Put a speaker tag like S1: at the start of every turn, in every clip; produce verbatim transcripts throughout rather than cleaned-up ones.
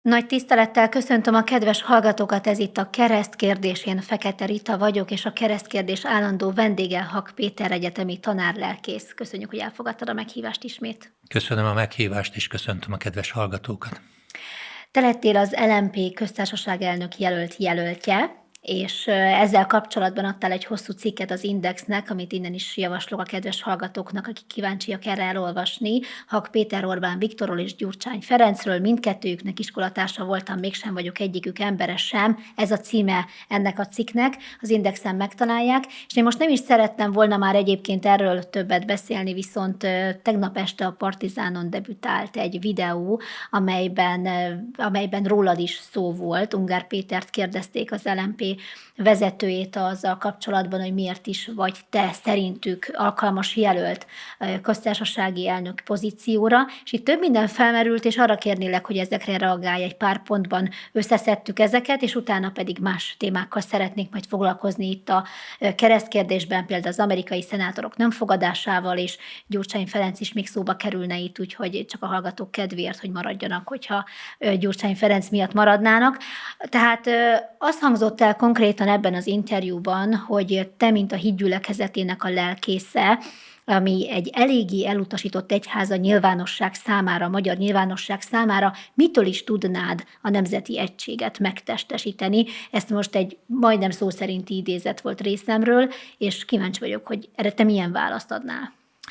S1: Nagy tisztelettel köszöntöm a kedves hallgatókat, ez itt a Keresztkérdés, én Fekete Rita vagyok, és a Keresztkérdés állandó vendége Hak Péter egyetemi tanárlelkész. Köszönjük, hogy elfogadtad a meghívást ismét.
S2: Köszönöm a meghívást, és köszöntöm a kedves hallgatókat.
S1: Te lettél az el em pé köztársaság elnök jelölt jelöltje, és ezzel kapcsolatban adtál egy hosszú cikket az Indexnek, amit innen is javaslok a kedves hallgatóknak, akik kíváncsiak erre elolvasni. Hak Péter, Orbán Viktorról és Gyurcsány Ferencről, mindkettőjüknek iskolatársa voltam, mégsem vagyok egyikük embere sem. Ez a címe ennek a cikknek, az Indexen megtalálják, és én most nem is szerettem volna már egyébként erről többet beszélni, viszont tegnap este a Partizánon debütált egy videó, amelyben, amelyben rólad is szó volt. Ungár Pétert kérdezték, az el em pé vezetőjét azzal kapcsolatban, hogy miért is vagy te szerintük alkalmas jelölt köztársasági elnök pozícióra, és itt több minden felmerült, és arra kérnélek, hogy ezekre reagálj, egy pár pontban összeszedtük ezeket, és utána pedig más témákkal szeretnék majd foglalkozni itt a keresztkérdésben, például az amerikai szenátorok nem fogadásával, és Gyurcsány Ferenc is még szóba kerülne itt, úgyhogy csak a hallgatók kedvéért, hogy maradjanak, hogyha Gyurcsány Ferenc miatt maradnának. Tehát azt hangzott el konkrétan ebben az interjúban, hogy te, mint a hitgyülekezetének a lelkésze, ami egy eléggé elutasított egyháza nyilvánosság számára, a magyar nyilvánosság számára, mitől is tudnád a nemzeti egységet megtestesíteni? Ezt most egy majdnem szó szerinti idézet volt részemről, és kíváncsi vagyok, hogy erre te milyen választ adnál.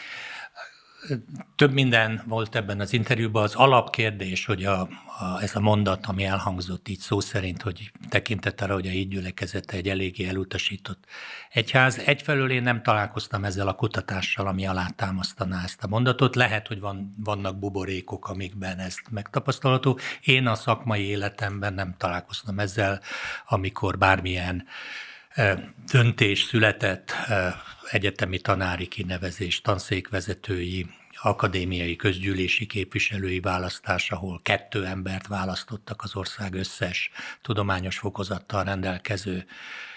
S2: Több minden volt ebben az interjúban. Az alapkérdés, hogy a, a, ez a mondat, ami elhangzott így szó szerint, hogy tekintettel, hogy a hitgyülekezete egy eléggé elutasított egyház. Egyfelől én nem találkoztam ezzel a kutatással, ami alátámasztaná ezt a mondatot. Lehet, hogy van, vannak buborékok, amikben ezt megtapasztalható. Én a szakmai életemben nem találkoztam ezzel, amikor bármilyen döntés született, egyetemi tanári kinevezés, tanszékvezetői, akadémiai közgyűlési képviselői választás, ahol kettő embert választottak az ország összes tudományos fokozattal rendelkező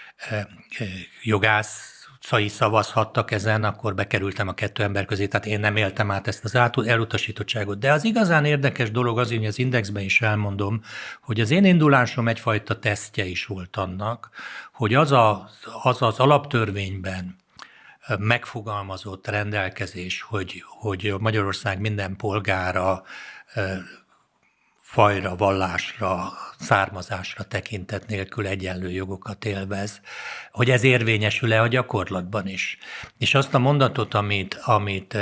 S2: jogászai szavazhattak ezen, akkor bekerültem a kettő ember közé, tehát én nem éltem át ezt az elutasítottságot. De az igazán érdekes dolog az, hogy az Indexben is elmondom, hogy az én indulásom egyfajta tesztje is volt annak, hogy az a, az, az alaptörvényben megfogalmazott rendelkezés, hogy, hogy Magyarország minden polgára fajra, vallásra, származásra tekintet nélkül egyenlő jogokat élvez, hogy ez érvényesül-e a gyakorlatban is. És azt a mondatot, amit, amit,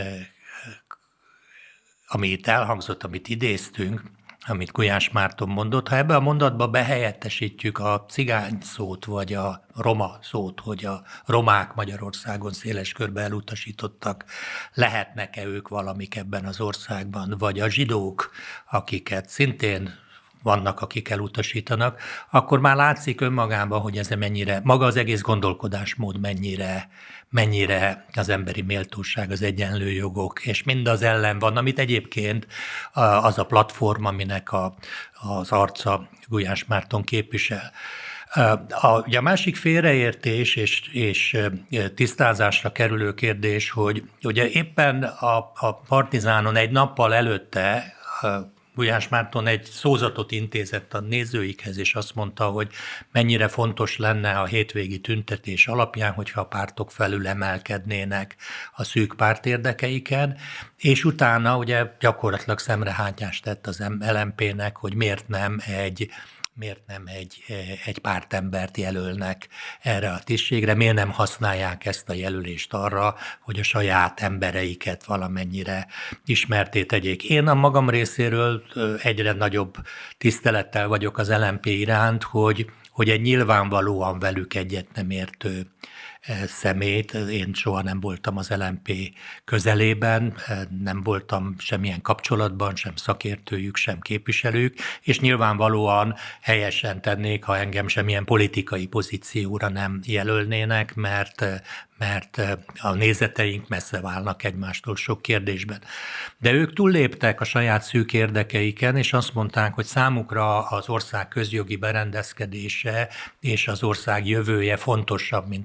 S2: amit elhangzott, amit idéztünk, amit Gulyás Márton mondott, ha ebbe a mondatba behelyettesítjük a cigány szót, vagy a roma szót, hogy a romák Magyarországon széles körben elutasítottak, lehetnek-e ők valamik ebben az országban, vagy a zsidók, akiket szintén vannak, akik elutasítanak, akkor már látszik önmagában, hogy ez mennyire, maga az egész gondolkodásmód mennyire, mennyire az emberi méltóság, az egyenlő jogok, és mind az ellen van, amit egyébként az a platform, aminek a, az arca Gulyás Márton képvisel. A, ugye a másik félreértés és, és tisztázásra kerülő kérdés, hogy ugye éppen a, a Partizánon egy nappal előtte Gulyás Márton egy szózatot intézett a nézőikhez, és azt mondta, hogy mennyire fontos lenne a hétvégi tüntetés alapján, hogyha a pártok felül emelkednének a szűk pártérdekeiken, és utána ugye gyakorlatilag szemrehányást tett az el em pé-nek, hogy miért nem egy miért nem egy, egy pártembert jelölnek erre a tisztségre, miért nem használják ezt a jelölést arra, hogy a saját embereiket valamennyire ismertté tegyék. Én a magam részéről egyre nagyobb tisztelettel vagyok az el em pé iránt, hogy, hogy egy nyilvánvalóan velük egyet nem értő szemét. Én soha nem voltam az el em pé közelében, nem voltam semmilyen kapcsolatban, sem szakértőjük, sem képviselők, és nyilvánvalóan helyesen tennék, ha engem semmilyen politikai pozícióra nem jelölnének, mert, mert a nézeteink messze válnak egymástól sok kérdésben. De ők túlléptek a saját szűk érdekeiken, és azt mondták, hogy számukra az ország közjogi berendezkedése és az ország jövője fontosabb, mint a saját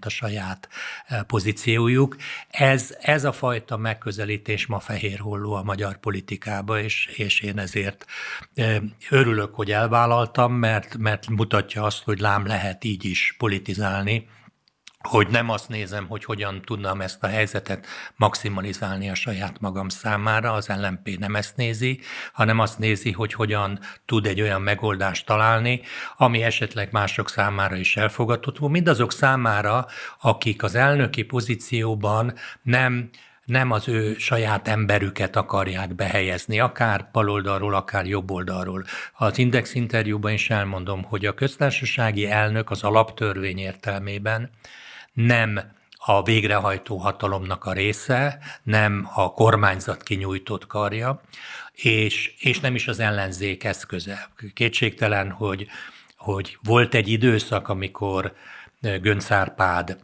S2: saját pozíciójuk. Ez, ez a fajta megközelítés ma fehér holló a magyar politikába, és, és én ezért örülök, hogy elvállaltam, mert, mert mutatja azt, hogy lám lehet így is politizálni, hogy nem azt nézem, hogy hogyan tudnám ezt a helyzetet maximalizálni a saját magam számára, az el em pé nem ezt nézi, hanem azt nézi, hogy hogyan tud egy olyan megoldást találni, ami esetleg mások számára is elfogadható, mindazok számára, akik az elnöki pozícióban nem nem az ő saját emberüket akarják behelyezni, akár baloldalról, akár jobboldalról. Az Index interjúban is elmondom, hogy a köztársasági elnök az alaptörvény értelmében nem a végrehajtó hatalomnak a része, nem a kormányzat kinyújtott karja, és, és nem is az ellenzék eszköze. Kétségtelen, hogy, hogy volt egy időszak, amikor Göncz Árpád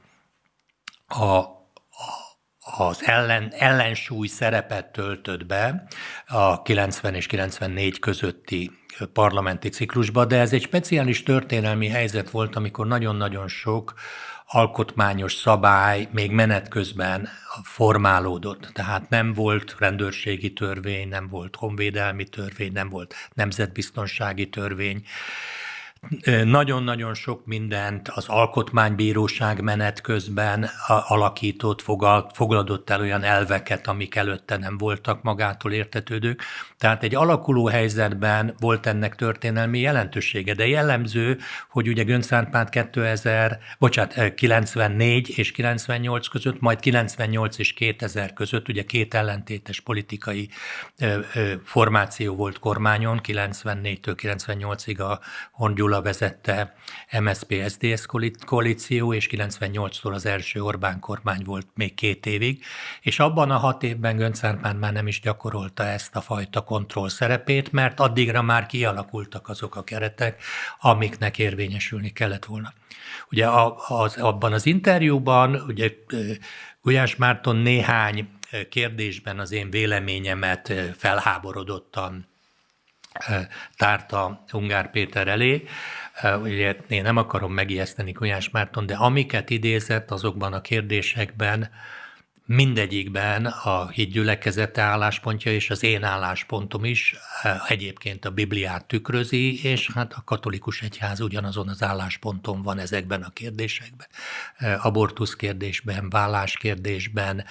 S2: a az ellen, ellensúly szerepet töltött be a kilencven és kilencvennégy közötti parlamenti ciklusba, de ez egy speciális történelmi helyzet volt, amikor nagyon-nagyon sok alkotmányos szabály még menet közben formálódott. Tehát nem volt rendőrségi törvény, nem volt honvédelmi törvény, nem volt nemzetbiztonsági törvény. Nagyon-nagyon sok mindent az alkotmánybíróság menet közben alakított, fogadott el olyan elveket, amik előtte nem voltak magától értetődők. Tehát egy alakuló helyzetben volt ennek történelmi jelentősége, de jellemző, hogy ugye Göncz Árpád kétezer, bocsánat, kilencvennégy és kilencvennyolc között, majd kilencvennyolc és kétezer között, ugye két ellentétes politikai formáció volt kormányon, kilencvennégytől kilencvennyolcig a Horn Gyula vezette em es zé pé es zé dé es koalíció, és kilencvennyolctól az első Orbán kormány volt még két évig, és abban a hat évben Göncz Árpád már nem is gyakorolta ezt a fajta kontroll szerepét, mert addigra már kialakultak azok a keretek, amiknek érvényesülni kellett volna. Ugye az, abban az interjúban ugye Gulyás Márton néhány kérdésben az én véleményemet felháborodottan tárta Ungár Péter elé. Ugye én nem akarom megijeszteni Gulyás Márton, de amiket idézett azokban a kérdésekben, mindegyikben a híd gyülekezete álláspontja és az én álláspontom is egyébként a Bibliát tükrözi, és hát a katolikus egyház ugyanazon az állásponton van ezekben a kérdésekben. Abortusz kérdésben, vállás kérdésben,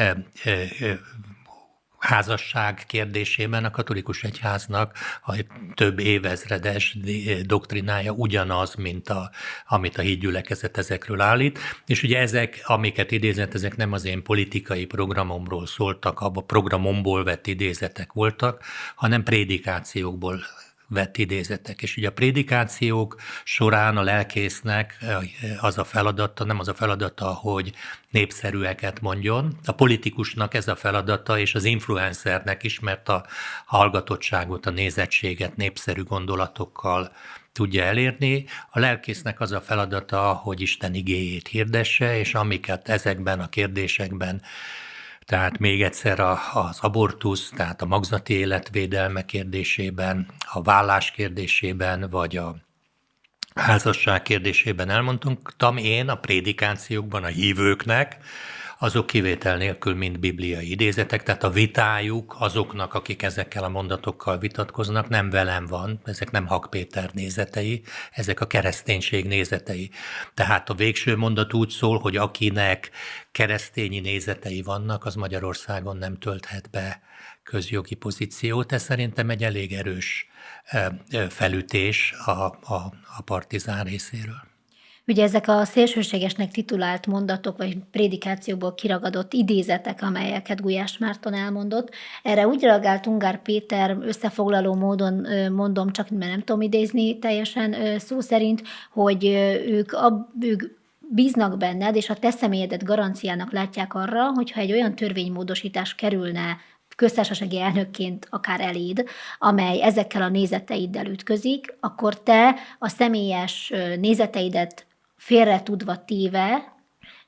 S2: házasság kérdésében a katolikus egyháznak a több évezredes doktrinája ugyanaz, mint a, amit a hídgyülekezet ezekről állít. És ugye ezek, amiket idézett, ezek nem az én politikai programomról szóltak, abban a programomból vett idézetek voltak, hanem prédikációkból vett idézetek. És ugye a prédikációk során a lelkésznek az a feladata, nem az a feladata, hogy népszerűeket mondjon. A politikusnak ez a feladata, és az influencernek is, mert a hallgatottságot, a nézettséget népszerű gondolatokkal tudja elérni. A lelkésznek az a feladata, hogy Isten igéjét hirdesse, és amiket ezekben a kérdésekben, tehát még egyszer az abortusz, tehát a magzati életvédelme kérdésében, a vállás kérdésében, vagy a házasság kérdésében elmondtam én a prédikációkban a hívőknek, azok kivétel nélkül mind bibliai idézetek, tehát a vitájuk azoknak, akik ezekkel a mondatokkal vitatkoznak, nem velem van, ezek nem Hak Péter nézetei, ezek a kereszténység nézetei. Tehát a végső mondat úgy szól, hogy akinek keresztényi nézetei vannak, az Magyarországon nem tölthet be közjogi pozíciót. Ez szerintem egy elég erős felütés a, a, a partizán részéről.
S1: Ugye ezek a szélsőségesnek titulált mondatok, vagy prédikációból kiragadott idézetek, amelyeket Gulyás Márton elmondott, erre úgy reagált Ungár Péter, összefoglaló módon mondom, csak mert nem tudom idézni teljesen szó szerint, hogy ők, a, ők bíznak benned, és a te személyedet garanciának látják arra, hogyha egy olyan törvénymódosítás kerülne köztársasági elnökként akár eléd, amely ezekkel a nézeteiddel ütközik, akkor te a személyes nézeteidet félre tudva téve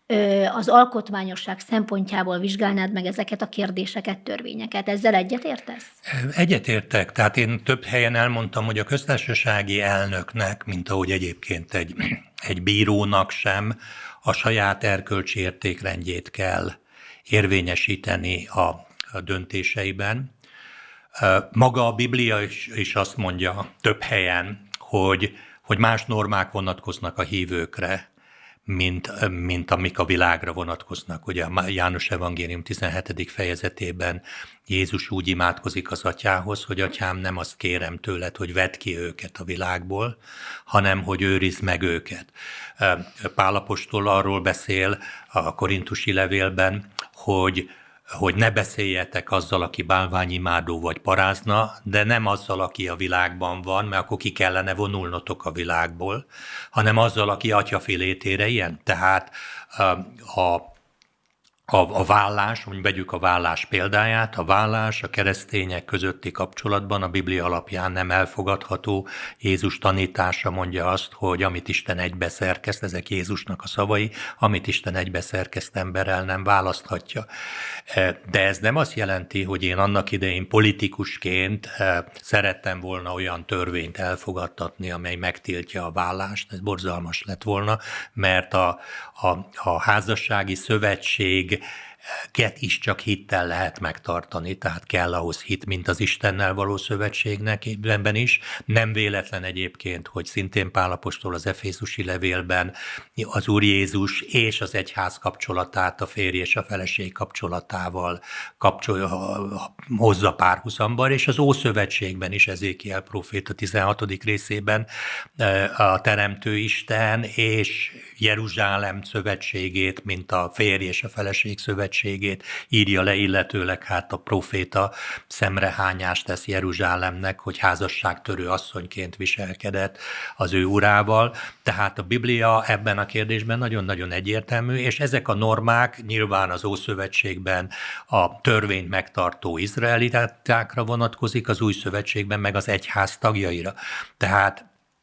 S1: az alkotmányosság szempontjából vizsgálnád meg ezeket a kérdéseket, törvényeket. Ezzel egyetértesz?
S2: Egyetértek. Tehát én több helyen elmondtam, hogy a köztársasági elnöknek, mint ahogy egyébként egy, egy bírónak sem, a saját erkölcsi értékrendjét kell érvényesíteni a, a döntéseiben. Maga a Biblia is, is azt mondja több helyen, hogy, hogy más normák vonatkoznak a hívőkre, mint, mint amik a világra vonatkoznak. Ugye a János Evangélium tizenhetedik fejezetében Jézus úgy imádkozik az atyához, hogy atyám, nem azt kérem tőled, hogy vedd ki őket a világból, hanem hogy őrizd meg őket. Pál apostol arról beszél a korintusi levélben, hogy hogy ne beszéljetek azzal, aki bálványimádó vagy parázna, de nem azzal, aki a világban van, mert akkor ki kellene vonulnotok a világból, hanem azzal, aki atyafilétére ilyen. Tehát a A, a vállás, hogy vegyük a vállás példáját, a vállás a keresztények közötti kapcsolatban a Biblia alapján nem elfogadható. Jézus tanítása mondja azt, hogy amit Isten egybeszerkeszt, ezek Jézusnak a szavai, amit Isten egybeszerkeszt, emberrel nem választhatja. De ez nem azt jelenti, hogy én annak idején politikusként szerettem volna olyan törvényt elfogadtatni, amely megtiltja a vállást. Ez borzalmas lett volna, mert a, a, a házassági szövetség is csak hittel lehet megtartani, tehát kell ahhoz hit, mint az Istennel való szövetségnek ebben is. Nem véletlen egyébként, hogy szintén Pál apostol az efészusi levélben az Úr Jézus és az egyház kapcsolatát a férj és a feleség kapcsolatával kapcsol, hozza párhuzamba, és az Ószövetségben is Ezékiel próféta tizenhatodik részében a Teremtő Isten és Jeruzsálem szövetségét, mint a férj és a feleség szövetségét írja le, illetőleg hát a próféta szemrehányást tesz Jeruzsálemnek, hogy házasságtörő asszonyként viselkedett az ő urával. Tehát a Biblia ebben a kérdésben nagyon-nagyon egyértelmű, és ezek a normák nyilván az Ószövetségben a törvényt megtartó izraelitákra vonatkozik, az Új Szövetségben meg az egyház tagjaira. Tehát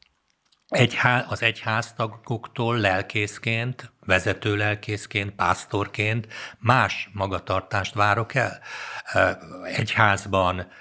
S2: Egyhá, az egyháztagoktól lelkészként, vezető lelkészként, pásztorként más magatartást várok el. Egyházban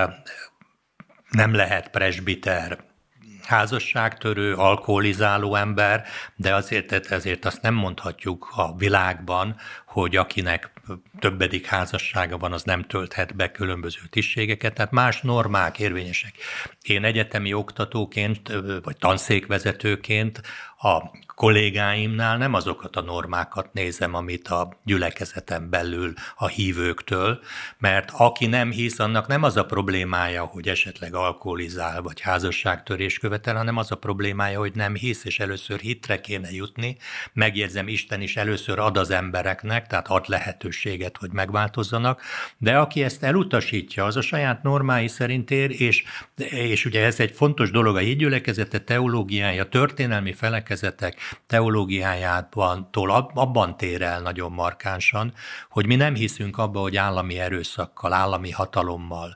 S2: nem lehet presbiter, házasságtörő, alkoholizáló ember, de azért, ezért azt nem mondhatjuk a világban, hogy akinek többedik házassága van, az nem tölthet be különböző tisztségeket, tehát más normák érvényesek. Én egyetemi oktatóként, vagy tanszékvezetőként a kollégáimnál nem azokat a normákat nézem, amit a gyülekezeten belül a hívőktől, mert aki nem hisz, annak nem az a problémája, hogy esetleg alkoholizál, vagy házasságtörés követel, hanem az a problémája, hogy nem hisz, és először hitre kéne jutni. Megjegyzem, Isten is először ad az embereknek, tehát ad lehetőséget, hogy megváltozzanak, de aki ezt elutasítja, az a saját normái szerint ér, és, és ugye ez egy fontos dolog, a hídgyülekezete teológiája, történelmi felekezetek teológiájától abban tér el nagyon markánsan, hogy mi nem hiszünk abba, hogy állami erőszakkal, állami hatalommal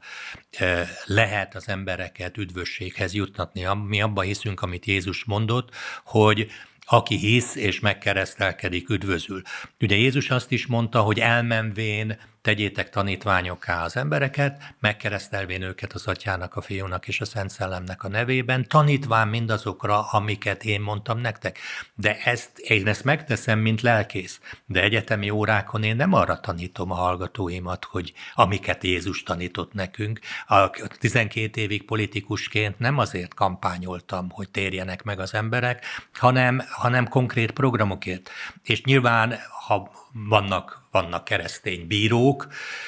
S2: lehet az embereket üdvösséghez juttatni. Mi abban hiszünk, amit Jézus mondott, hogy aki hisz és megkeresztelkedik, üdvözül. Ugye Jézus azt is mondta, hogy elmenvén tegyétek tanítványokká az embereket, megkeresztelvén őket az Atyának, a Fiúnak és a Szent Szellemnek a nevében, tanítván mindazokra, amiket én mondtam nektek. De ezt, én ezt megteszem, mint lelkész. De egyetemi órákon én nem arra tanítom a hallgatóimat, hogy amiket Jézus tanított nekünk. A tizenkét évig politikusként nem azért kampányoltam, hogy térjenek meg az emberek, hanem, hanem konkrét programokért. És nyilván, ha vannak, vannak keresztény bírók,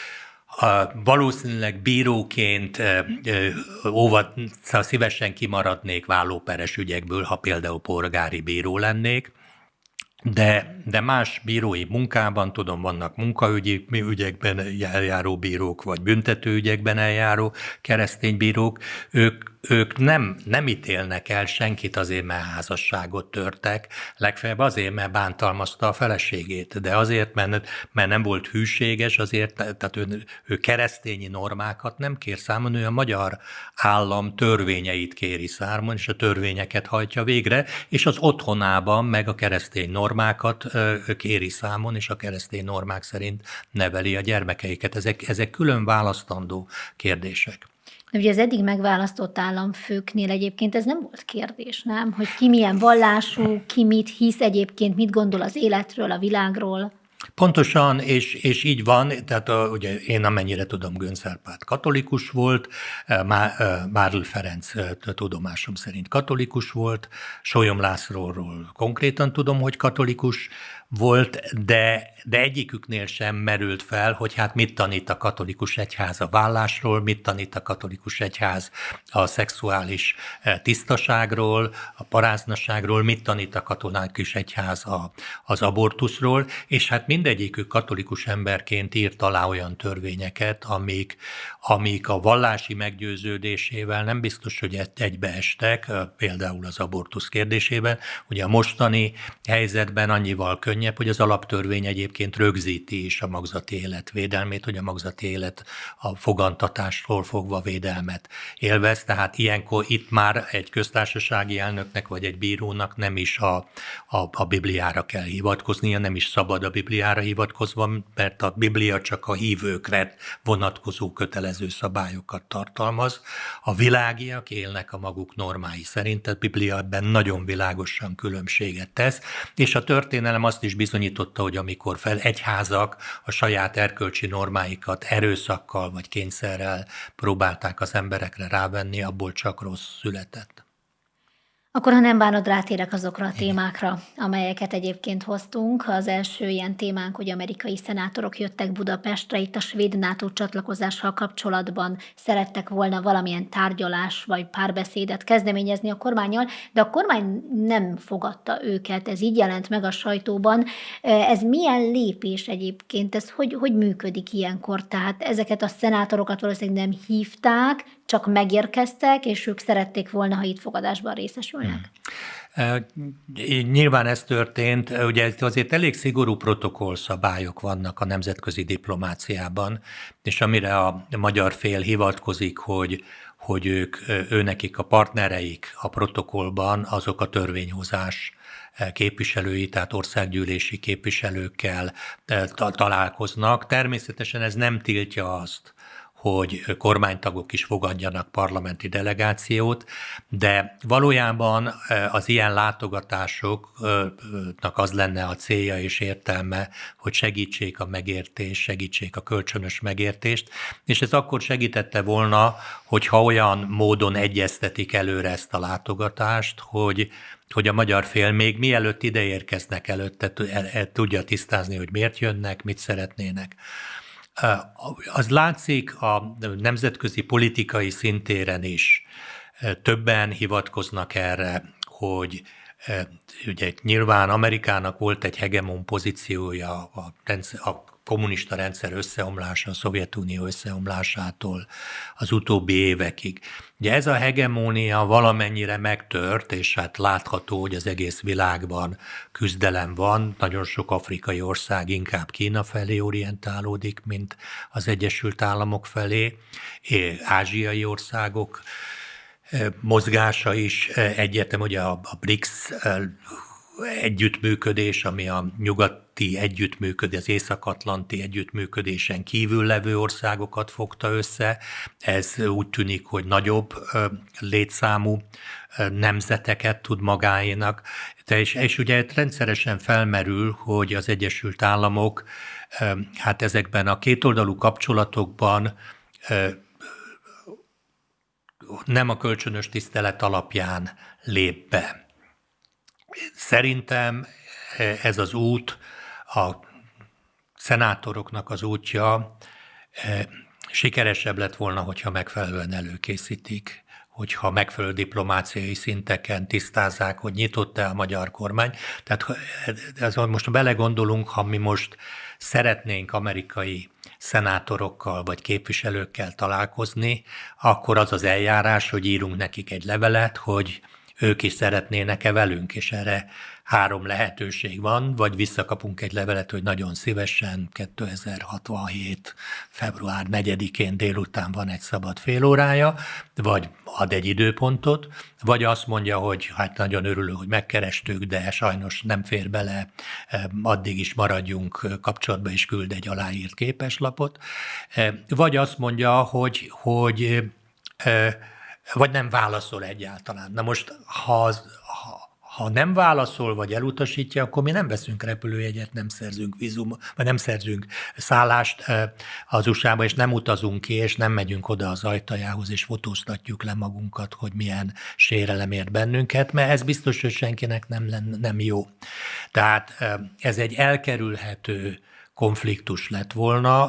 S2: valószínűleg bíróként óvat, szívesen kimaradnék vállóperes ügyekből, ha például polgári bíró lennék, de, de más bírói munkában, tudom, vannak munkaügyi ügyekben eljáró bírók, vagy büntetőügyekben eljáró keresztény bírók, ők, ők nem, nem ítélnek el senkit azért, mert házasságot törtek, legfeljebb azért, mert bántalmazta a feleségét, de azért, mert, mert nem volt hűséges, azért, tehát ő, ő keresztényi normákat nem kér számon, ő a magyar állam törvényeit kéri számon, és a törvényeket hajtja végre, és az otthonában meg a keresztény normákat kéri számon, és a keresztény normák szerint neveli a gyermekeiket. Ezek, ezek külön választandó kérdések.
S1: De ugye az eddig megválasztott államfőknél egyébként ez nem volt kérdés, nem? Hogy ki milyen vallású, ki mit hisz egyébként, mit gondol az életről, a világról.
S2: Pontosan, és, és így van, tehát a, ugye én amennyire tudom, Göncz Árpád katolikus volt, Márl Ferenc tudomásom szerint katolikus volt, Sólyom Lászlóról konkrétan tudom, hogy katolikus volt, de, de egyiküknél sem merült fel, hogy hát mit tanít a katolikus egyház a vállásról, mit tanít a katolikus egyház a szexuális tisztaságról, a paráznaságról, mit tanít a katolikus egyház a, az abortuszról, és hát mindegyikük katolikus emberként írt alá olyan törvényeket, amik, amik a vallási meggyőződésével nem biztos, hogy egybeestek, például az abortusz kérdésében. Ugye a mostani helyzetben annyival könnyebb, hogy az alaptörvény egyébként rögzíti is a magzati élet védelmét, hogy a magzati élet a fogantatástól fogva védelmet élvez, tehát ilyenkor itt már egy köztársasági elnöknek vagy egy bírónak nem is a, a, a Bibliára kell hivatkoznia, nem is szabad a Bibliára hivatkozva, mert a Biblia csak a hívőkre vonatkozó kötelező szabályokat tartalmaz. A világiak élnek a maguk normái szerint, a Biblia ebben nagyon világosan különbséget tesz, és a történelem azt is bizonyította, hogy amikor fel egyházak a saját erkölcsi normáikat erőszakkal vagy kényszerrel próbálták az emberekre rávenni, abból csak rossz született.
S1: Akkor, ha nem bánod, rátérek azokra a témákra, amelyeket egyébként hoztunk. Az első ilyen témánk, hogy amerikai szenátorok jöttek Budapestre, itt a svéd NATO csatlakozással kapcsolatban szerettek volna valamilyen tárgyalás vagy párbeszédet kezdeményezni a kormánnyal, de a kormány nem fogadta őket, ez így jelent meg a sajtóban. Ez milyen lépés egyébként, ez hogy, hogy működik ilyenkor? Tehát ezeket a szenátorokat valószínűleg nem hívták, csak megérkeztek, és ők szerették volna, ha itt fogadásban részesülnek. Hmm.
S2: Nyilván ez történt, ugye azért elég szigorú protokollszabályok vannak a nemzetközi diplomáciában, és amire a magyar fél hivatkozik, hogy, hogy ők, őnekik a partnereik a protokollban, azok a törvényhozás képviselői, tehát országgyűlési képviselőkkel találkoznak. Természetesen ez nem tiltja azt, hogy kormánytagok is fogadjanak parlamenti delegációt, de valójában az ilyen látogatásoknak az lenne a célja és értelme, hogy segítsék a megértést, segítsék a kölcsönös megértést, és ez akkor segítette volna, hogyha olyan módon egyeztetik előre ezt a látogatást, hogy hogy a magyar fél még mielőtt ide érkeznek előtte tudja tisztázni, hogy miért jönnek, mit szeretnének. Az látszik a nemzetközi politikai szintéren is. Többen hivatkoznak erre, hogy ugye nyilván Amerikának volt egy hegemon pozíciója a, rendszer, a kommunista rendszer összeomlása, a Szovjetunió összeomlásától az utóbbi évekig. Ugye ez a hegemónia valamennyire megtört, és hát látható, hogy az egész világban küzdelem van. Nagyon sok afrikai ország inkább Kína felé orientálódik, mint az Egyesült Államok felé. Ázsiai országok mozgása is egyetem, ugye a, a BRICS együttműködés, ami a nyugati együttműködés, az észak-atlanti együttműködésen kívül levő országokat fogta össze. Ez úgy tűnik, hogy nagyobb létszámú nemzeteket tud magáénak. És, és ugye rendszeresen felmerül, hogy az Egyesült Államok hát ezekben a kétoldalú kapcsolatokban nem a kölcsönös tisztelet alapján lép be. Szerintem ez az út, a szenátoroknak az útja sikeresebb lett volna, hogyha megfelelően előkészítik, hogyha megfelelő diplomáciai szinteken tisztázzák, hogy nyitott-e a magyar kormány. Tehát ez, most belegondolunk, ha mi most szeretnénk amerikai szenátorokkal vagy képviselőkkel találkozni, akkor az az eljárás, hogy írunk nekik egy levelet, hogy ők is szeretnének-e velünk, és erre három lehetőség van, vagy visszakapunk egy levelet, hogy nagyon szívesen kétezer-hatvanhét. február negyedikén délután van egy szabad fél órája, vagy ad egy időpontot, vagy azt mondja, hogy hát nagyon örülünk, hogy megkerestük, de sajnos nem fér bele, addig is maradjunk kapcsolatban, és küld egy aláírt képeslapot. Vagy azt mondja, hogy, hogy vagy nem válaszol egyáltalán. Na most, ha, az, ha, ha nem válaszol, vagy elutasítja, akkor mi nem veszünk repülőjegyet, nem szerzünk vízum, vagy nem szerzünk szállást az u es á-ba, és nem utazunk ki, és nem megyünk oda az ajtajához, és fotóztatjuk le magunkat, hogy milyen sérelem ért bennünket, mert ez biztos, hogy senkinek nem, nem jó. Tehát ez egy elkerülhető konfliktus lett volna.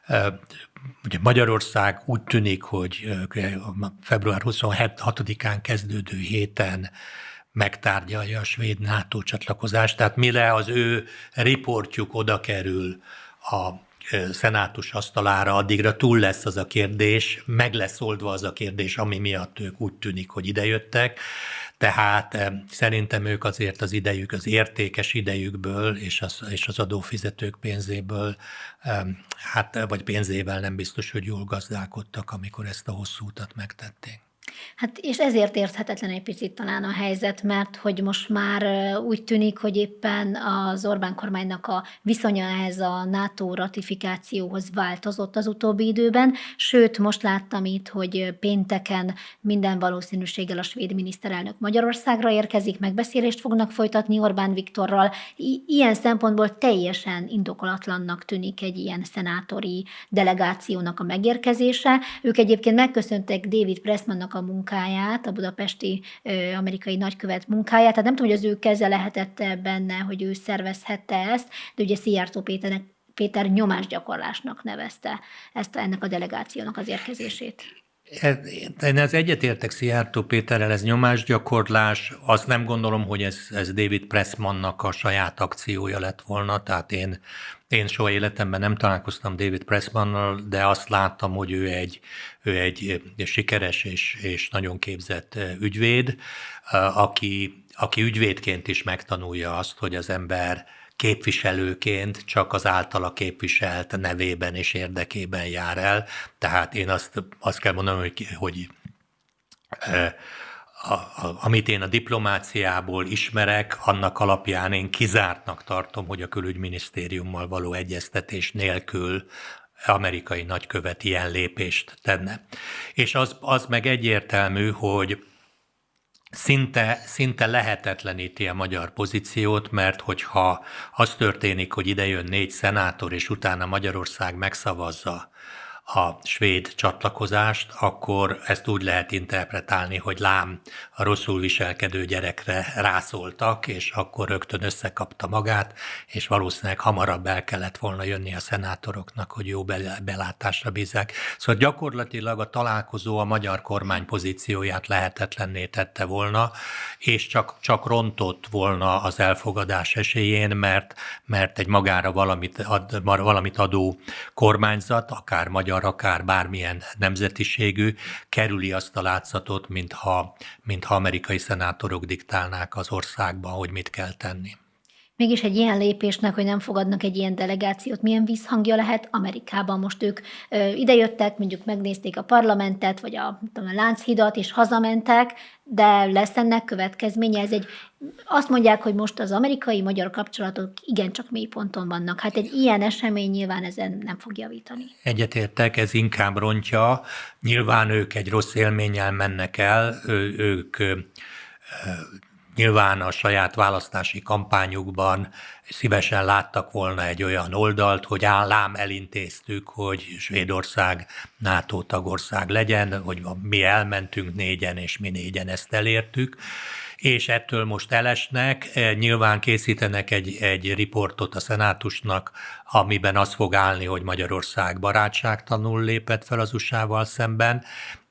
S2: Ugye Magyarország úgy tűnik, hogy február huszonhatodikán kezdődő héten megtárgyalja a svéd NATO csatlakozást, tehát mire az ő riportjuk oda kerül a szenátus asztalára, addigra túl lesz az a kérdés, meg lesz oldva az a kérdés, ami miatt ők úgy tűnik, hogy idejöttek. Tehát szerintem ők azért az idejük, az értékes idejükből és az, és az adófizetők pénzéből, hát vagy pénzével nem biztos, hogy jól gazdálkodtak, amikor ezt a hosszú utat megtették.
S1: Hát és ezért érthetetlen egy picit talán a helyzet, mert hogy most már úgy tűnik, hogy éppen az Orbán kormánynak a viszonya ehhez a NATO ratifikációhoz változott az utóbbi időben, sőt most láttam itt, hogy pénteken minden valószínűséggel a svéd miniszterelnök Magyarországra érkezik, megbeszélést fognak folytatni Orbán Viktorral. I- ilyen szempontból teljesen indokolatlannak tűnik egy ilyen szenátori delegációnak a megérkezése. Ők egyébként megköszöntek David Pressmannak a munkáját, a budapesti ö, amerikai nagykövet munkáját. Tehát nem tudom, hogy az ő keze lehetett benne, hogy ő szervezhette ezt, de ugye Szijjártó Péternek, Péter nyomásgyakorlásnak nevezte ezt ennek a delegációnak az érkezését.
S2: Én az egyetértek Szijjártó Péterrel, ez nyomásgyakorlás, azt nem gondolom, hogy ez, ez David Pressmannak a saját akciója lett volna, tehát én, én soha életemben nem találkoztam David Pressmannal, de azt láttam, hogy ő egy, ő egy sikeres és, és nagyon képzett ügyvéd, aki, aki ügyvédként is megtanulja azt, hogy az ember képviselőként csak az általa képviselt nevében és érdekében jár el. Tehát én azt, azt kell mondanom, hogy, hogy a, a, amit én a diplomáciából ismerek, annak alapján én kizártnak tartom, hogy a külügyminisztériummal való egyeztetés nélkül amerikai nagykövet ilyen lépést tenne. És az, az meg egyértelmű, hogy Szinte, szinte lehetetleníti a magyar pozíciót, mert hogyha az történik, hogy idejön négy szenátor, és utána Magyarország megszavazza a svéd csatlakozást, akkor ezt úgy lehet interpretálni, hogy lám a rosszul viselkedő gyerekre rászóltak, és akkor rögtön összekapta magát, és valószínűleg hamarabb el kellett volna jönni a szenátoroknak, hogy jó belátásra bízzák. Szóval gyakorlatilag a találkozó a magyar kormány pozícióját lehetetlenné tette volna, és csak, csak rontott volna az elfogadás esélyén, mert, mert egy magára valamit, ad, valamit adó kormányzat, akár magyar, akár bármilyen nemzetiségű, kerüli azt a látszatot, mintha, mintha amerikai szenátorok diktálnák az országban, hogy mit kell tenni.
S1: Mégis egy ilyen lépésnek, hogy nem fogadnak egy ilyen delegációt, milyen visszhangja lehet Amerikában? Most ők ö, idejöttek, mondjuk megnézték a parlamentet, vagy a, tudom, a Lánchidat, és hazamentek, de lesz ennek következménye? Ez egy, azt mondják, hogy most az amerikai-magyar kapcsolatok igencsak mélyponton vannak. Hát egy ilyen esemény nyilván ezen nem fog javítani.
S2: Egyetértek, ez inkább rontja. Nyilván ők egy rossz élménnyel mennek el, ő, ők... Ö, Nyilván a saját választási kampányukban szívesen láttak volna egy olyan oldalt, hogy állám elintéztük, hogy Svédország NATO tagország legyen, hogy mi elmentünk négyen, és mi négyen ezt elértük, és ettől most elesnek, nyilván készítenek egy, egy riportot a szenátusnak, amiben az fog állni, hogy Magyarország barátságtalanul lépett fel az u es á-val szemben,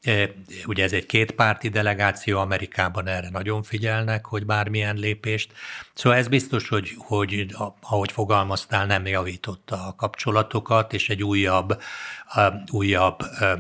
S2: Ugye ez egy kétpárti delegáció, Amerikában erre nagyon figyelnek, hogy bármilyen lépést. Szóval ez biztos, hogy, hogy ahogy fogalmaztál, nem javította a kapcsolatokat, és egy újabb, újabb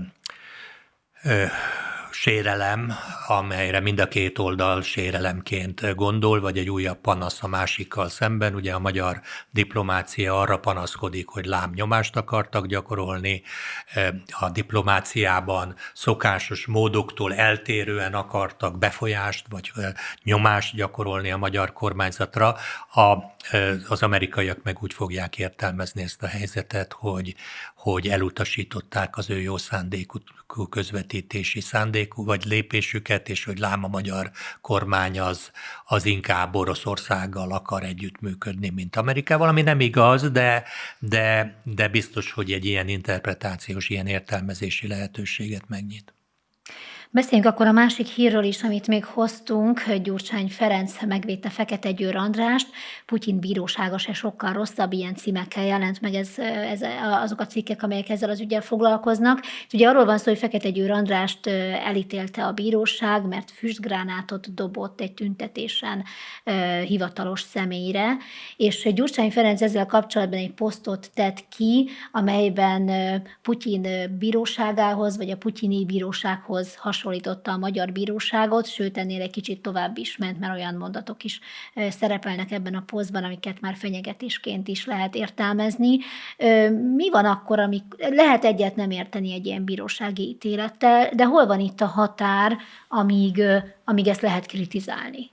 S2: sérelem, amelyre mind a két oldal sérelemként gondol, vagy egy újabb panasz a másikkal szemben. Ugye a magyar diplomácia arra panaszkodik, hogy lábnyomást akartak gyakorolni, a diplomáciában szokásos módoktól eltérően akartak befolyást vagy nyomást gyakorolni a magyar kormányzatra. A, az amerikaiak meg úgy fogják értelmezni ezt a helyzetet, hogy, hogy elutasították az ő jó szándékú közvetítési szándékú vagy lépésüket, és hogy lám a magyar kormány az, az inkább Oroszországgal akar együttműködni, mint Amerikával, ami nem igaz, de, de, de biztos, hogy egy ilyen interpretációs, ilyen értelmezési lehetőséget megnyit.
S1: Beszéljünk akkor a másik hírről is, amit még hoztunk. Gyurcsány Ferenc megvédte Fekete Győr Andrást, Putyin bírósága se sokkal rosszabb, ilyen címekkel jelent meg ez, ez azok a cikkek, amelyek ezzel az ügyel foglalkoznak. Ugye arról van szó, hogy Fekete Győr Andrást elítélte a bíróság, mert füstgránátot dobott egy tüntetésen hivatalos személyre, és Gyurcsány Ferenc ezzel kapcsolatban egy posztot tett ki, amelyben Putyin bíróságához, vagy a putyini bírósághoz hasonlította a magyar bíróságot, sőt ennél egy kicsit tovább is ment, mert olyan mondatok is szerepelnek ebben a posztban, amiket már fenyegetésként is lehet értelmezni. Mi van akkor, amik lehet egyet nem érteni egy ilyen bírósági ítélettel, de hol van itt a határ, amíg, amíg ezt lehet kritizálni?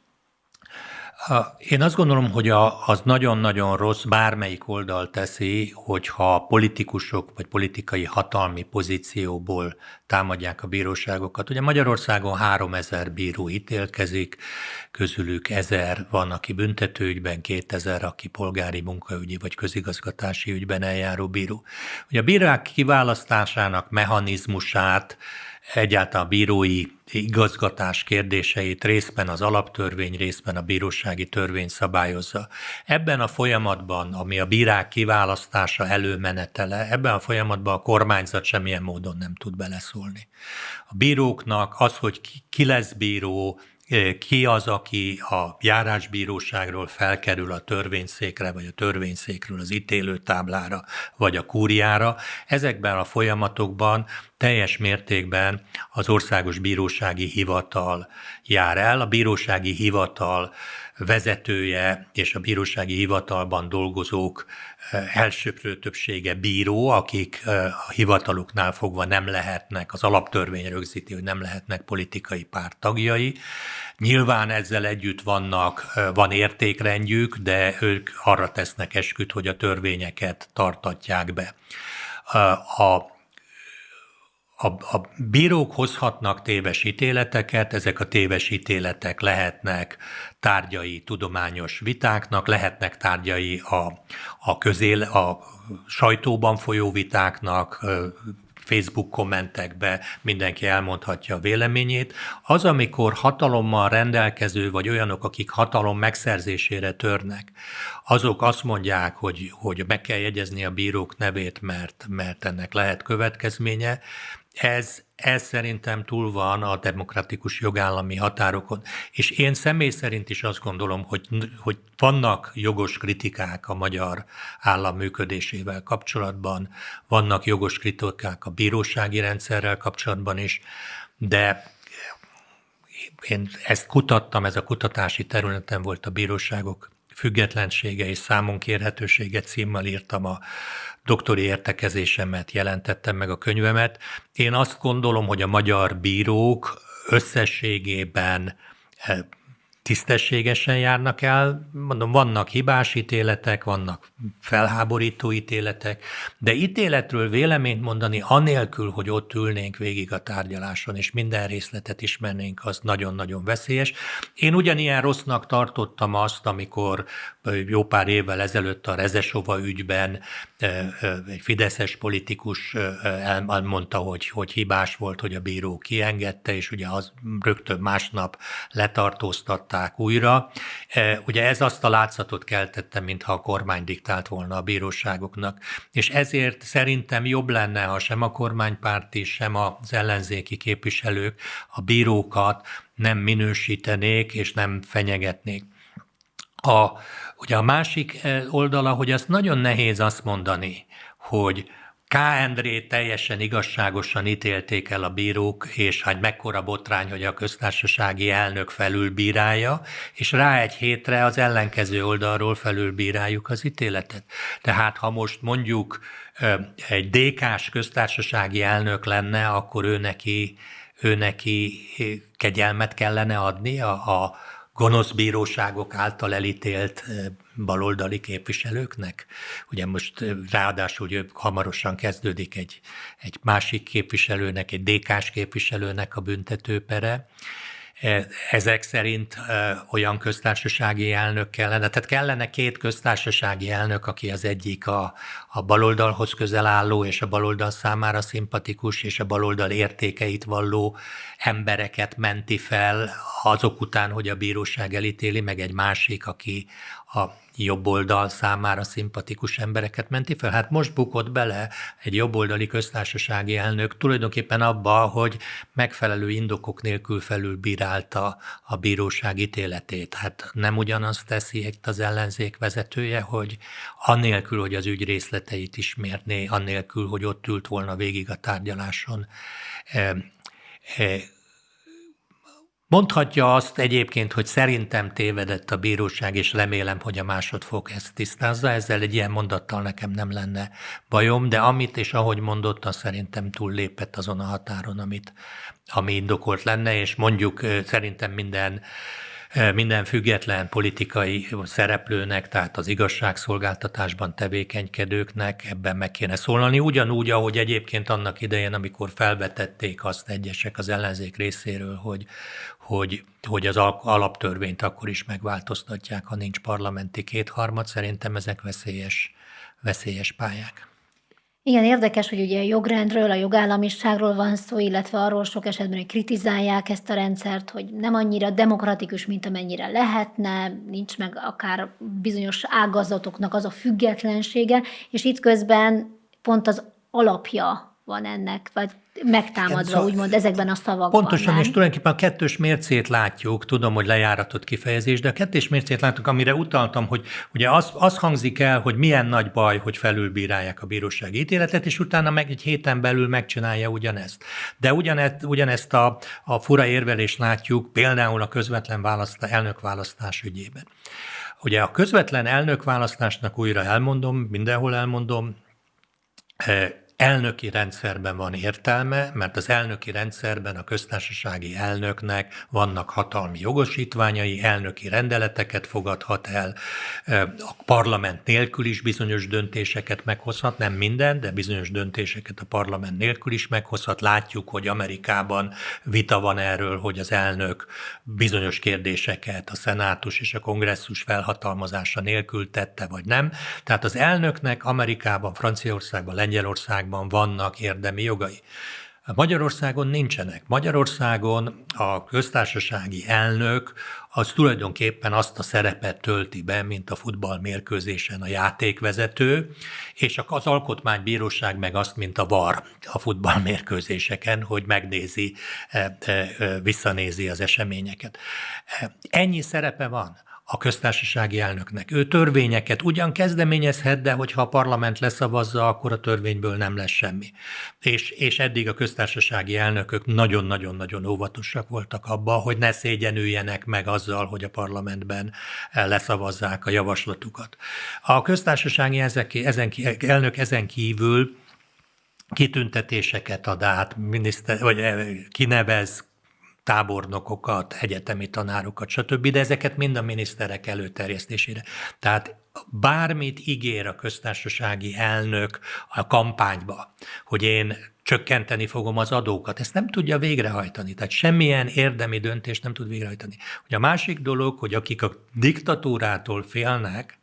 S2: Én azt gondolom, hogy az nagyon-nagyon rossz, bármelyik oldal teszi, hogyha politikusok vagy politikai hatalmi pozícióból támadják a bíróságokat. Ugye Magyarországon háromezer bíró ítélkezik, közülük ezer van, aki büntetőügyben, kétezer, aki polgári munkaügyi vagy közigazgatási ügyben eljáró bíró. Ugye a bírák kiválasztásának mechanizmusát, egyáltalán a bírói igazgatás kérdéseit részben az alaptörvény, részben a bírósági törvény szabályozza. Ebben a folyamatban, ami a bírák kiválasztása előmenetele, ebben a folyamatban a kormányzat semmilyen módon nem tud beleszólni. A bíróknak az, hogy ki lesz bíró, ki az, aki a járásbíróságról felkerül a törvényszékre, vagy a törvényszékről az ítélőtáblára, vagy a kúriára. Ezekben a folyamatokban teljes mértékben az Országos Bírósági Hivatal jár el. A bírósági hivatal vezetője és a bírósági hivatalban dolgozók elsőprő többsége bíró, akik a hivataluknál fogva nem lehetnek, az alaptörvény rögzíti, hogy nem lehetnek politikai párt tagjai. Nyilván ezzel együtt vannak, van értékrendjük, de ők arra tesznek esküt, hogy a törvényeket tartatják be. A A, a bírók hozhatnak téves ítéleteket, ezek a téves ítéletek lehetnek tárgyai tudományos vitáknak, lehetnek tárgyai a, a, közél, a sajtóban folyó vitáknak, Facebook kommentekbe mindenki elmondhatja a véleményét. Az, amikor hatalommal rendelkező, vagy olyanok, akik hatalom megszerzésére törnek, azok azt mondják, hogy, hogy meg kell jegyezni a bírók nevét, mert, mert ennek lehet következménye. Ez, ez szerintem túl van a demokratikus jogállami határokon. És én személy szerint is azt gondolom, hogy, hogy vannak jogos kritikák a magyar állam működésével kapcsolatban, vannak jogos kritikák a bírósági rendszerrel kapcsolatban is, de én ezt kutattam, ez a kutatási területen volt a bíróságok függetlensége és számonkérhetősége címmel írtam a doktori értekezésemet, jelentettem meg a könyvemet. Én azt gondolom, hogy a magyar bírók összességében tisztességesen járnak el. Mondom, vannak hibás ítéletek, vannak felháborító ítéletek, de ítéletről véleményt mondani anélkül, hogy ott ülnénk végig a tárgyaláson, és minden részletet ismernénk, az nagyon-nagyon veszélyes. Én ugyanilyen rossznak tartottam azt, amikor jó pár évvel ezelőtt a Rezesova ügyben egy fideszes politikus elmondta, hogy, hogy hibás volt, hogy a bíró kiengedte, és ugye az rögtön másnap letartóztatták, választották újra. Ugye ez azt a látszatot keltette, mintha a kormány diktált volna a bíróságoknak. És ezért szerintem jobb lenne, ha sem a kormánypárti, sem az ellenzéki képviselők a bírókat nem minősítenék és nem fenyegetnék. A, ugye a másik oldala, hogy azt nagyon nehéz azt mondani, hogy K. Endrét teljesen igazságosan ítélték el a bírók, és hát mekkora botrány, hogy a köztársasági elnök felülbírálja, és rá egy hétre az ellenkező oldalról felülbíráljuk az ítéletet. Tehát ha most mondjuk egy dé ká-s köztársasági elnök lenne, akkor ő neki, ő neki kegyelmet kellene adni a, a gonosz bíróságok által elítélt baloldali képviselőknek. Ugye most ráadásul hamarosan kezdődik egy, egy másik képviselőnek, egy dé ká-s képviselőnek a büntetőpere. Ezek szerint olyan köztársasági elnök kellene, tehát kellene két köztársasági elnök, aki az egyik a, a baloldalhoz közel álló, és a baloldal számára szimpatikus, és a baloldal értékeit valló embereket menti fel azok után, hogy a bíróság elítéli, meg egy másik, aki a jobb oldal számára szimpatikus embereket menti fel. Hát most bukott bele egy jobboldali köztársasági elnök tulajdonképpen abba, hogy megfelelő indokok nélkül felülbírálta a bíróság ítéletét. Hát nem ugyanazt teszi itt az ellenzék vezetője, hogy annélkül, hogy az ügy részleteit ismerné, annélkül, hogy ott ült volna végig a tárgyaláson, mondhatja azt egyébként, hogy szerintem tévedett a bíróság, és remélem, hogy a másodfok ezt tisztázza. Ezzel egy ilyen mondattal nekem nem lenne bajom, de amit és ahogy mondott, az szerintem túllépett azon a határon, amit, ami indokolt lenne, és mondjuk szerintem minden minden független politikai szereplőnek, tehát az igazságszolgáltatásban tevékenykedőknek ebben meg kéne szólalni. Ugyanúgy, ahogy egyébként annak idején, amikor felvetették azt egyesek az ellenzék részéről, hogy, hogy, hogy az alaptörvényt akkor is megváltoztatják, ha nincs parlamenti kétharmad, szerintem ezek veszélyes, veszélyes pályák.
S1: Igen, érdekes, hogy ugye a jogrendről, a jogállamiságról van szó, illetve arról sok esetben, hogy kritizálják ezt a rendszert, hogy nem annyira demokratikus, mint amennyire lehetne, nincs meg akár bizonyos ágazatoknak az a függetlensége, és itt közben pont az alapja van ennek, vagy megtámadva, szóval úgymond ezekben a szavakban.
S2: Pontosan, nem? És tulajdonképpen a kettős mércét látjuk, tudom, hogy lejáratott kifejezés, de a kettős mércét látjuk, amire utaltam, hogy ugye az, az hangzik el, hogy milyen nagy baj, hogy felülbírálják a bírósági ítéletet, és utána meg egy héten belül megcsinálja ugyanezt. De ugyanezt, ugyanezt a, a fura érvelést látjuk például a közvetlen választás, elnökválasztás ügyében. Ugye a közvetlen elnökválasztásnak újra elmondom, mindenhol elmondom, elnöki rendszerben van értelme, mert az elnöki rendszerben a köztársasági elnöknek vannak hatalmi jogosítványai, elnöki rendeleteket fogadhat el, a parlament nélkül is bizonyos döntéseket meghozhat, nem minden, de bizonyos döntéseket a parlament nélkül is meghozhat. Látjuk, hogy Amerikában vita van erről, hogy az elnök bizonyos kérdéseket a szenátus és a kongresszus felhatalmazása nélkül tette, vagy nem. Tehát az elnöknek Amerikában, Franciaországban, Lengyelországban vannak érdemi jogai. Magyarországon nincsenek. Magyarországon a köztársasági elnök az tulajdonképpen azt a szerepet tölti be, mint a futballmérkőzésen a játékvezető, és az alkotmánybíróság meg azt, mint a var a futballmérkőzéseken, hogy megnézi, visszanézi az eseményeket. Ennyi szerepe van a köztársasági elnöknek. Ő törvényeket ugyan kezdeményezhet, de hogyha a parlament leszavazza, akkor a törvényből nem lesz semmi. És, és eddig a köztársasági elnökök nagyon-nagyon-nagyon óvatosak voltak abban, hogy ne szégyenüljenek meg azzal, hogy a parlamentben leszavazzák a javaslatukat. A köztársasági ezen, elnök ezen kívül kitüntetéseket ad át, miniszter, vagy kinevez tábornokokat, egyetemi tanárokat, stb., de ezeket mind a miniszterek előterjesztésére. Tehát bármit ígér a köztársasági elnök a kampányba, hogy én csökkenteni fogom az adókat, ezt nem tudja végrehajtani, tehát semmilyen érdemi döntést nem tud végrehajtani. Ugye a másik dolog, hogy akik a diktatúrától félnek,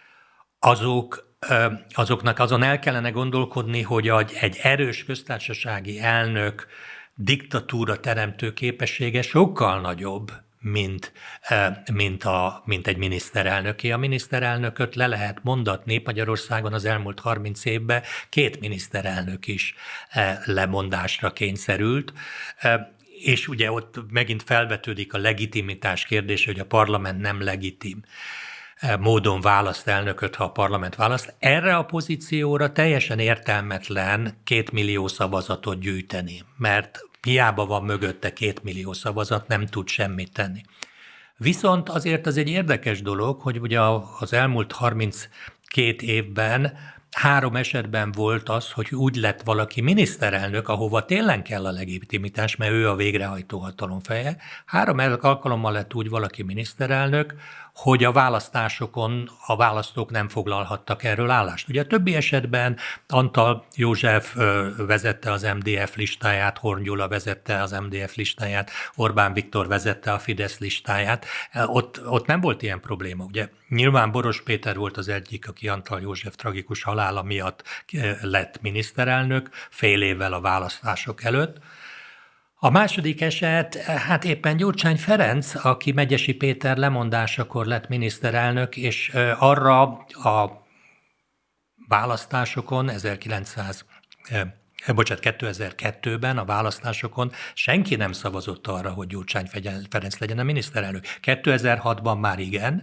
S2: azok, azoknak azon el kellene gondolkodni, hogy egy erős köztársasági elnök diktatúra teremtő képessége sokkal nagyobb, mint, mint, a, mint egy miniszterelnöké. A miniszterelnököt le lehet mondatni, Magyarországon az elmúlt harminc évben két miniszterelnök is lemondásra kényszerült, és ugye ott megint felvetődik a legitimitás kérdése, hogy a parlament nem legitim módon választ elnököt, ha a parlament választ. Erre a pozícióra teljesen értelmetlen két millió szavazatot gyűjteni, mert hiába van mögötte két millió szavazat, nem tud semmit tenni. Viszont azért az egy érdekes dolog, hogy ugye az elmúlt harminckét évben három esetben volt az, hogy úgy lett valaki miniszterelnök, ahova tényleg kell a legitimitás, mert ő a végrehajtó hatalom feje. Három alkalommal lett úgy valaki miniszterelnök, hogy a választásokon a választók nem foglalhattak erről állást. Ugye a többi esetben Antal József vezette az em dé ef listáját, Horn Gyula vezette az em dé ef listáját, Orbán Viktor vezette a Fidesz listáját. Ott, ott nem volt ilyen probléma. Ugye nyilván Boros Péter volt az egyik, aki Antal József tragikus halála miatt lett miniszterelnök, fél évvel a választások előtt. A második eset, hát éppen Gyurcsány Ferenc, aki Megyesi Péter lemondásakor lett miniszterelnök, és arra a választásokon ezerkilencszáz, bocsánat, kétezer-kettőben a választásokon senki nem szavazott arra, hogy Gyurcsány Ferenc legyen a miniszterelnök. kétezer-hatban már igen,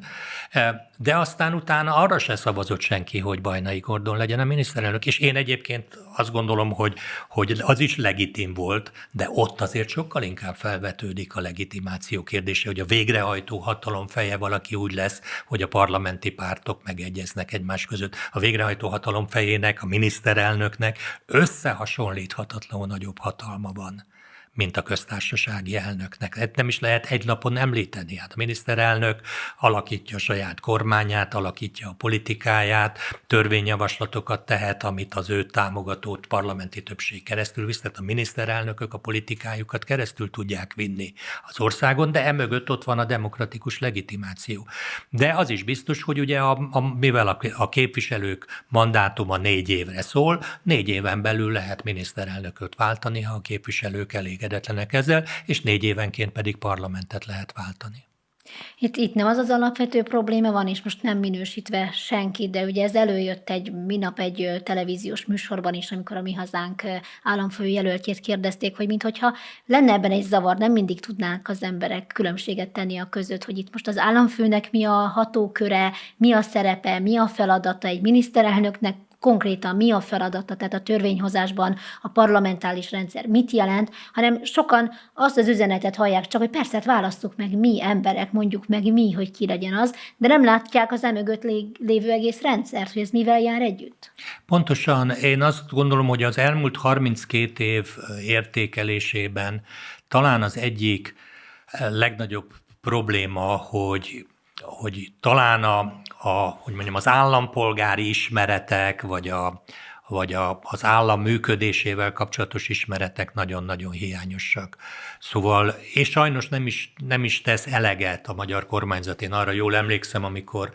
S2: de aztán utána arra se szavazott senki, hogy Bajnai Gordon legyen a miniszterelnök. És én egyébként azt gondolom, hogy, hogy az is legitim volt, de ott azért sokkal inkább felvetődik a legitimáció kérdése, hogy a végrehajtó hatalom feje valaki úgy lesz, hogy a parlamenti pártok megegyeznek egymás között. A végrehajtó hatalom fejének, a miniszterelnöknek összehasonlíthatatlanul nagyobb hatalma van, mint a köztársasági elnöknek. Hát nem is lehet egy lapon említeni. Hát a miniszterelnök alakítja a saját kormányát, alakítja a politikáját, törvényjavaslatokat tehet, amit az ő támogatott parlamenti többség keresztül visz, tehát a miniszterelnökök a politikájukat keresztül tudják vinni az országon, de emögött ott van a demokratikus legitimáció. De az is biztos, hogy ugye a, a, mivel a, a képviselők mandátuma négy évre szól, négy éven belül lehet miniszterelnököt váltani, ha a képviselők elég elégedetlenek ezzel, és négy évenként pedig parlamentet lehet váltani.
S1: Itt, itt nem az az alapvető probléma van, és most nem minősítve senkit, de ugye ez előjött egy minap egy televíziós műsorban is, amikor a Mi Hazánk államfő jelöltjét kérdezték, hogy minthogyha lenne ebben egy zavar, nem mindig tudnánk az emberek különbséget tenni a között, hogy itt most az államfőnek mi a hatóköre, mi a szerepe, mi a feladata, egy miniszterelnöknek konkrétan mi a feladata, tehát a törvényhozásban a parlamentális rendszer mit jelent, hanem sokan azt az üzenetet hallják csak, hogy persze, hát válasszuk meg mi emberek, mondjuk meg mi, hogy ki legyen az, de nem látják az emögött lévő egész rendszert, hogy ez mivel jár együtt.
S2: Pontosan, én azt gondolom, hogy az elmúlt harminckét év értékelésében talán az egyik legnagyobb probléma, hogy hogy talán a, a, hogy mondjam, az állampolgári ismeretek, vagy, a, vagy a, az állam működésével kapcsolatos ismeretek nagyon-nagyon hiányosak. Szóval, és sajnos nem is, nem is tesz eleget a magyar kormányzat. Én arra jól emlékszem, amikor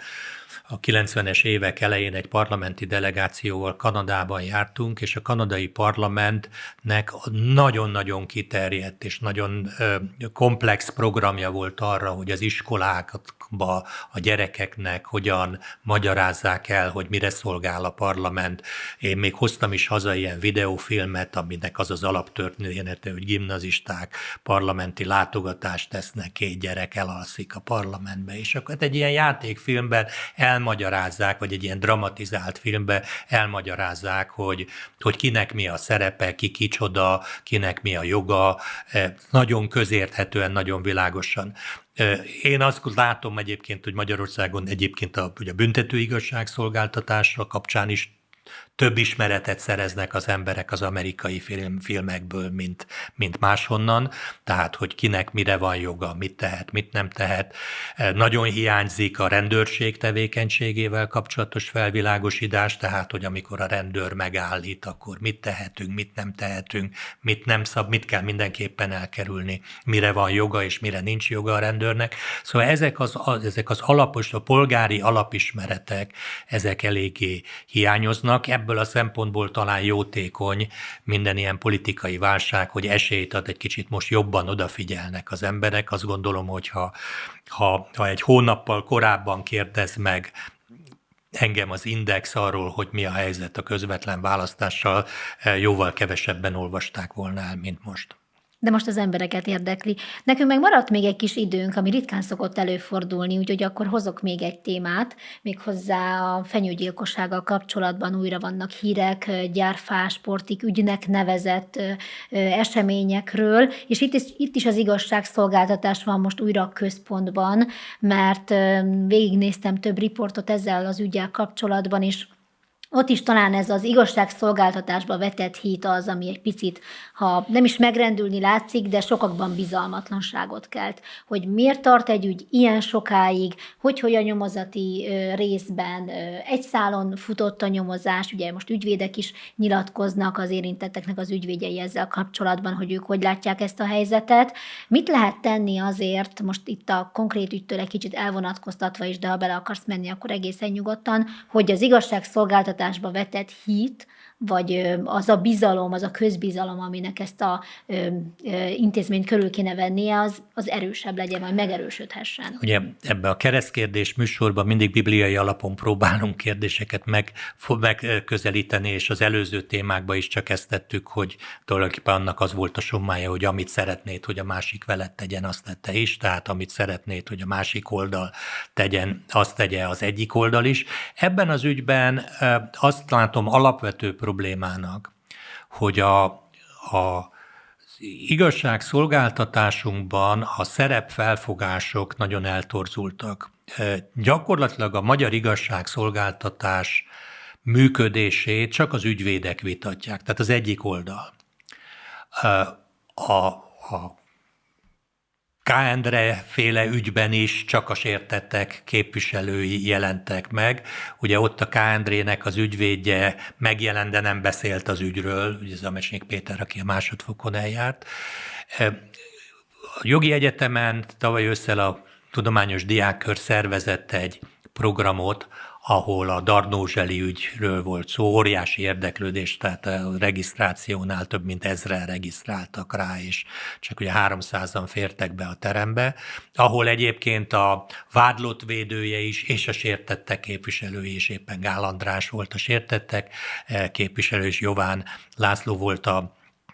S2: a kilencvenes évek elején egy parlamenti delegációval Kanadában jártunk, és a kanadai parlamentnek nagyon-nagyon kiterjedt és nagyon komplex programja volt arra, hogy az iskolákba a gyerekeknek hogyan magyarázzák el, hogy mire szolgál a parlament. Én még hoztam is haza ilyen videófilmet, aminek az az alaptörténete, hogy gimnazisták parlamenti látogatást tesznek, két gyerek elalszik a parlamentbe, és akkor egy ilyen játékfilmben el elmagyarázzák, vagy egy ilyen dramatizált filmbe elmagyarázzák, hogy, hogy kinek mi a szerepe, ki kicsoda, kinek mi a joga, nagyon közérthetően, nagyon világosan. Én azt látom egyébként, hogy Magyarországon egyébként a, a büntető igazságszolgáltatásra kapcsán is több ismeretet szereznek az emberek az amerikai film, filmekből, mint, mint máshonnan, tehát hogy kinek mire van joga, mit tehet, mit nem tehet. Nagyon hiányzik a rendőrség tevékenységével kapcsolatos felvilágosítás, tehát hogy amikor a rendőr megállít, akkor mit tehetünk, mit nem tehetünk, mit nem szab, mit kell mindenképpen elkerülni, mire van joga és mire nincs joga a rendőrnek. Szóval ezek az, ezek az alapos, a polgári alapismeretek, ezek eléggé hiányoznak. vannak, ebből a szempontból talán jótékony minden ilyen politikai válság, hogy esélyt ad, egy kicsit most jobban odafigyelnek az emberek. Azt gondolom, hogy ha, ha, ha egy hónappal korábban kérdez meg engem az Index arról, hogy mi a helyzet a közvetlen választással, jóval kevesebben olvasták volna el, mint most.
S1: De most az embereket érdekli. Nekünk meg maradt még egy kis időnk, ami ritkán szokott előfordulni, úgyhogy akkor hozok még egy témát, méghozzá a fenyőgyilkossággal kapcsolatban újra vannak hírek, gyárfás, sportik ügynek nevezett eseményekről, és itt is, itt is az igazságszolgáltatás van most újra a központban, mert végignéztem több riportot ezzel az üggyel kapcsolatban, és ott is talán ez az igazságszolgáltatásba vetett hit az, ami egy picit, ha nem is megrendülni látszik, de sokakban bizalmatlanságot kelt. Hogy miért tart egy ügy ilyen sokáig, hogy hogy a nyomozati részben egy szálon futott a nyomozás, ugye most ügyvédek is nyilatkoznak, az érintetteknek az ügyvédjei ezzel kapcsolatban, hogy ők hogy látják ezt a helyzetet. Mit lehet tenni azért, most itt a konkrét ügytől egy kicsit elvonatkoztatva is, de ha bele akarsz menni, akkor egészen nyugodtan, hogy az igazságszolgáltatás vetett hit, vagy az a bizalom, az a közbizalom, aminek ezt a ö, ö, intézményt körül kéne vennie, az, az erősebb legyen, vagy megerősödhessen.
S2: Ugye ebbe a keresztkérdés műsorban mindig bibliai alapon próbálunk kérdéseket meg, megközelíteni, és az előző témákban is csak ezt tettük, hogy tulajdonképpen annak az volt a sommája, hogy amit szeretnéd, hogy a másik veled tegyen, azt tette is, tehát amit szeretnéd, hogy a másik oldal tegyen, azt tegye az egyik oldal is. Ebben az ügyben azt látom alapvető problémának, hogy a, a igazságszolgáltatásunkban a szerepfelfogások nagyon eltorzultak. Gyakorlatilag a magyar igazságszolgáltatás működését csak az ügyvédek vitatják, tehát az egyik oldal. A, a K. Endre féle ügyben is csak a sértettek képviselői jelentek meg. Ugye ott a K. Endrének az ügyvédje megjelent, de nem beszélt az ügyről, ugye Zamesnyik Péter, aki a másodfokon eljárt. A jogi egyetemen tavaly ősszel a Tudományos Diákkör szervezett egy programot, ahol a Darnózseli ügyről volt szó, óriási érdeklődés, tehát a regisztrációnál több mint ezren regisztráltak rá, és csak ugye háromszázan fértek be a terembe, ahol egyébként a vádlott védője is, és a sértettek képviselői is, éppen Gál András volt a sértettek képviselő, és Jován László volt a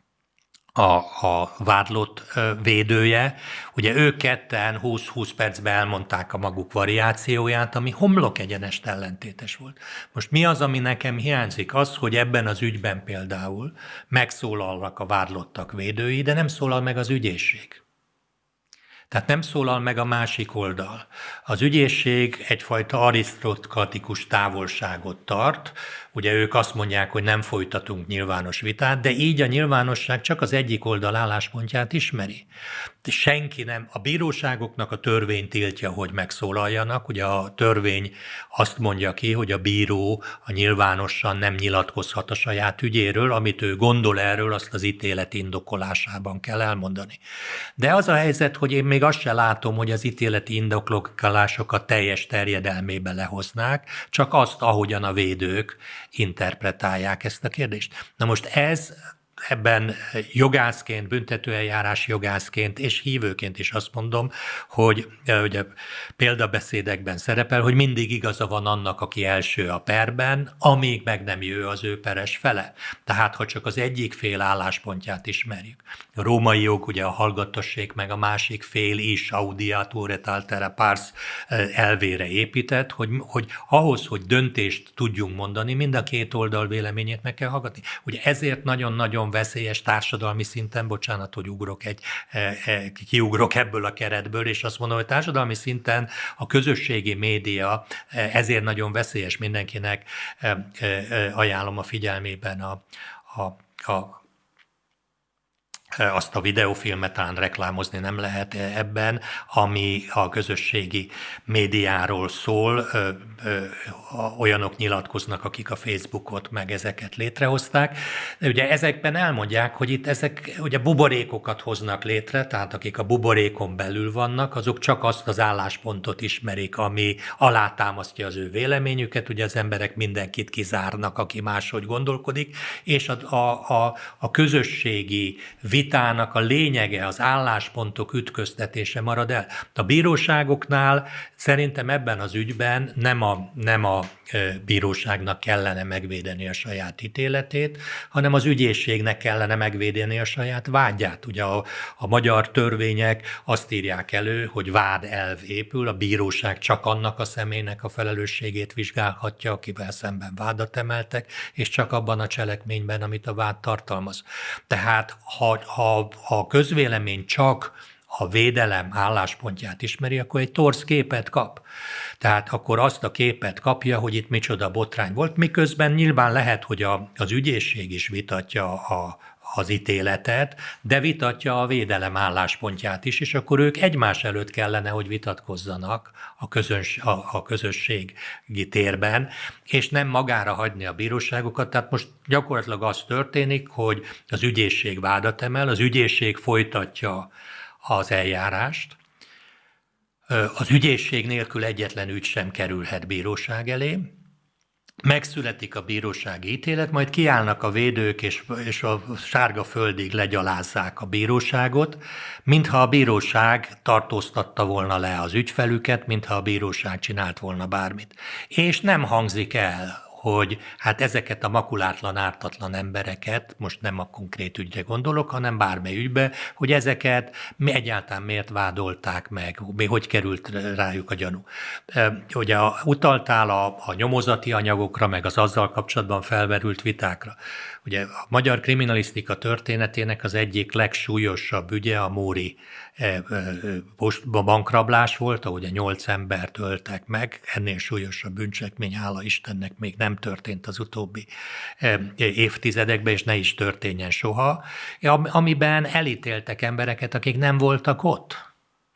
S2: A, a vádlott védője. Ugye ők ketten húsz-húsz percben elmondták a maguk variációját, ami homlok egyenest ellentétes volt. Most mi az, ami nekem hiányzik? Az, hogy ebben az ügyben például megszólalnak a vádlottak védői, de nem szólal meg az ügyészség. Tehát nem szólal meg a másik oldal. Az ügyészség egyfajta arisztokratikus távolságot tart, ugye ők azt mondják, hogy nem folytatunk nyilvános vitát, de így a nyilvánosság csak az egyik oldal álláspontját ismeri. De senki nem, a bíróságoknak a törvény tiltja, hogy megszólaljanak, ugye a törvény azt mondja ki, hogy a bíró a nyilvánosan nem nyilatkozhat a saját ügyéről, amit ő gondol erről, azt az ítélet indokolásában kell elmondani. De az a helyzet, hogy én még azt se látom, hogy az ítéleti indoklásokat teljes terjedelmébe lehoznák, csak azt, ahogyan a védők interpretálják ezt a kérdést. Na most ez ebben jogászként, büntetőeljárás jogászként és hívőként is azt mondom, hogy ugye példabeszédekben szerepel, hogy mindig igaza van annak, aki első a perben, amíg meg nem jő az ő peres fele. Tehát, ha csak az egyik fél álláspontját ismerjük. A római jog, ugye a hallgatassék meg a másik fél is audiatur et altera pars elvére épített, hogy, hogy ahhoz, hogy döntést tudjunk mondani, mind a két oldal véleményét meg kell hallgatni. Ugye ezért nagyon-nagyon veszélyes társadalmi szinten, bocsánat, hogy ugrok egy, kiugrok ebből a keretből, és azt mondom, hogy társadalmi szinten a közösségi média ezért nagyon veszélyes, mindenkinek ajánlom a figyelmében a, a, a azt a videófilmet talán reklámozni nem lehet ebben, ami a közösségi médiáról szól. Ö, ö, olyanok nyilatkoznak, akik a Facebookot meg ezeket létrehozták. De ugye ezekben elmondják, hogy itt ezek ugye buborékokat hoznak létre, tehát akik a buborékon belül vannak, azok csak azt az álláspontot ismerik, ami alátámasztja az ő véleményüket. Ugye az emberek mindenkit kizárnak, aki máshogy gondolkodik, és a, a, a, a közösségi vitának a lényege, az álláspontok ütköztetése marad el. A bíróságoknál szerintem ebben az ügyben nem a, nem a bíróságnak kellene megvédeni a saját ítéletét, hanem az ügyészségnek kellene megvédeni a saját vádját. Ugye a, a magyar törvények azt írják elő, hogy vád elv épül, a bíróság csak annak a személynek a felelősségét vizsgálhatja, akivel szemben vádat emeltek, és csak abban a cselekményben, amit a vád tartalmaz. Tehát ha, ha a közvélemény csak a védelem álláspontját ismeri, akkor egy torz képet kap. Tehát akkor azt a képet kapja, hogy itt micsoda botrány volt, miközben nyilván lehet, hogy a, az ügyészség is vitatja a, az ítéletet, de vitatja a védelem álláspontját is, és akkor ők egymás előtt kellene, hogy vitatkozzanak a, közöns, a, a közösségi térben, és nem magára hagyni a bíróságokat. Tehát most gyakorlatilag az történik, hogy az ügyészség vádat emel, az ügyészség folytatja az eljárást. Az ügyészség nélkül egyetlen ügy sem kerülhet bíróság elé. Megszületik a bírósági ítélet, majd kiállnak a védők, és, és a sárga földig legyalázzák a bíróságot, mintha a bíróság tartóztatta volna le az ügyfelüket, mintha a bíróság csinált volna bármit. És nem hangzik el, hogy hát ezeket a makulátlan, ártatlan embereket, most nem a konkrét ügyre gondolok, hanem bármely ügybe, hogy ezeket egyáltalán miért vádolták meg, hogy került rájuk a gyanú. Ugye utaltál a, a nyomozati anyagokra, meg az azzal kapcsolatban felmerült vitákra. Ugye a magyar kriminalisztika történetének az egyik legsúlyosabb ügye a Móri bankrablás volt, ahol nyolc embert öltek meg, ennél súlyosabb bűncselekmény, hála Istennek, még nem történt az utóbbi évtizedekben, és ne is történjen soha, amiben elítéltek embereket, akik nem voltak ott.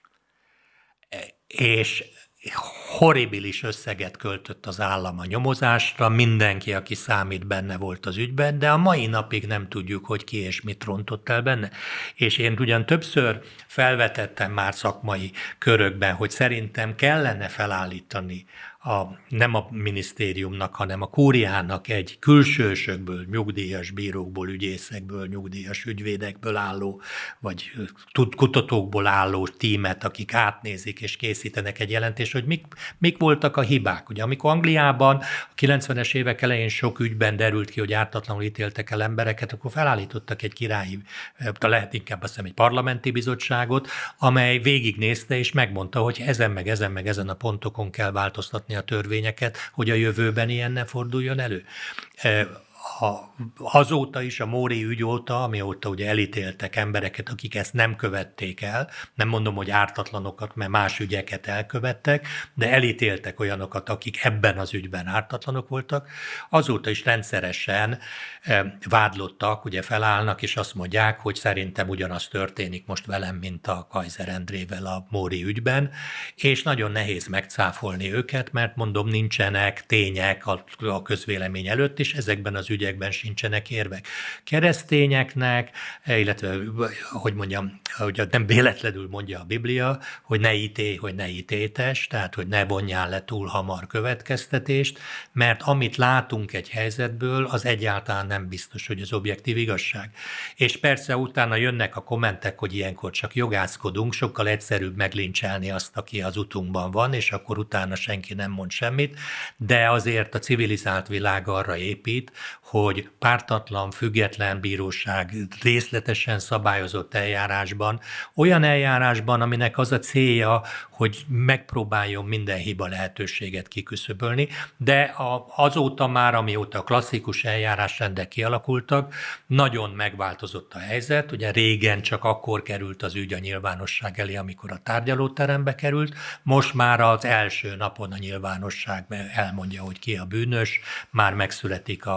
S2: És horribilis összeget költött az állam a nyomozásra, mindenki, aki számít, benne volt az ügyben, de a mai napig nem tudjuk, hogy ki és mit rontott el benne. És én ugyan többször felvetettem már szakmai körökben, hogy szerintem kellene felállítani a, nem a minisztériumnak, hanem a kúriának egy külsősökből, nyugdíjas bírókból, ügyészekből, nyugdíjas ügyvédekből álló, vagy kutatókból álló tímet, akik átnézik és készítenek egy jelentést, hogy mik, mik voltak a hibák. Ugye amikor Angliában a kilencvenes évek elején sok ügyben derült ki, hogy ártatlanul ítéltek el embereket, akkor felállítottak egy királyi, lehet inkább azt hiszem egy parlamenti bizottságot, amely végignézte és megmondta, hogy ezen meg ezen meg ezen a pontokon kell változtatni a törvényeket, hogy a jövőben ilyen ne forduljon elő. A, azóta is, a Móri ügy óta, amióta ugye elítéltek embereket, akik ezt nem követték el, nem mondom, hogy ártatlanokat, mert más ügyeket elkövettek, de elítéltek olyanokat, akik ebben az ügyben ártatlanok voltak, azóta is rendszeresen vádlottak, ugye felállnak, és azt mondják, hogy szerintem ugyanaz történik most velem, mint a Kaiser Endrével a Móri ügyben, és nagyon nehéz megcáfolni őket, mert mondom, nincsenek tények a, a közvélemény előtt, és ezekben az ügyekben sincsenek érvek. Keresztényeknek, illetve, hogy mondjam, hogy nem véletlenül mondja a Biblia, hogy ne ítélj, hogy ne ítétes, tehát, hogy ne vonjál le túl hamar következtetést, mert amit látunk egy helyzetből, az egyáltalán nem biztos, hogy az objektív igazság. És persze utána jönnek a kommentek, hogy ilyenkor csak jogászkodunk, sokkal egyszerűbb meglincselni azt, aki az utunkban van, és akkor utána senki nem mond semmit, de azért a civilizált világ arra épít, hogy pártatlan, független bíróság részletesen szabályozott eljárásban, olyan eljárásban, aminek az a célja, hogy megpróbáljon minden hiba lehetőséget kiküszöbölni, de a, azóta már, amióta a klasszikus eljárásrendek kialakultak, nagyon megváltozott a helyzet. Ugye régen csak akkor került az ügy a nyilvánosság elé, amikor a tárgyalóterembe került, most már az első napon a nyilvánosság elmondja, hogy ki a bűnös, már megszületik a Facebook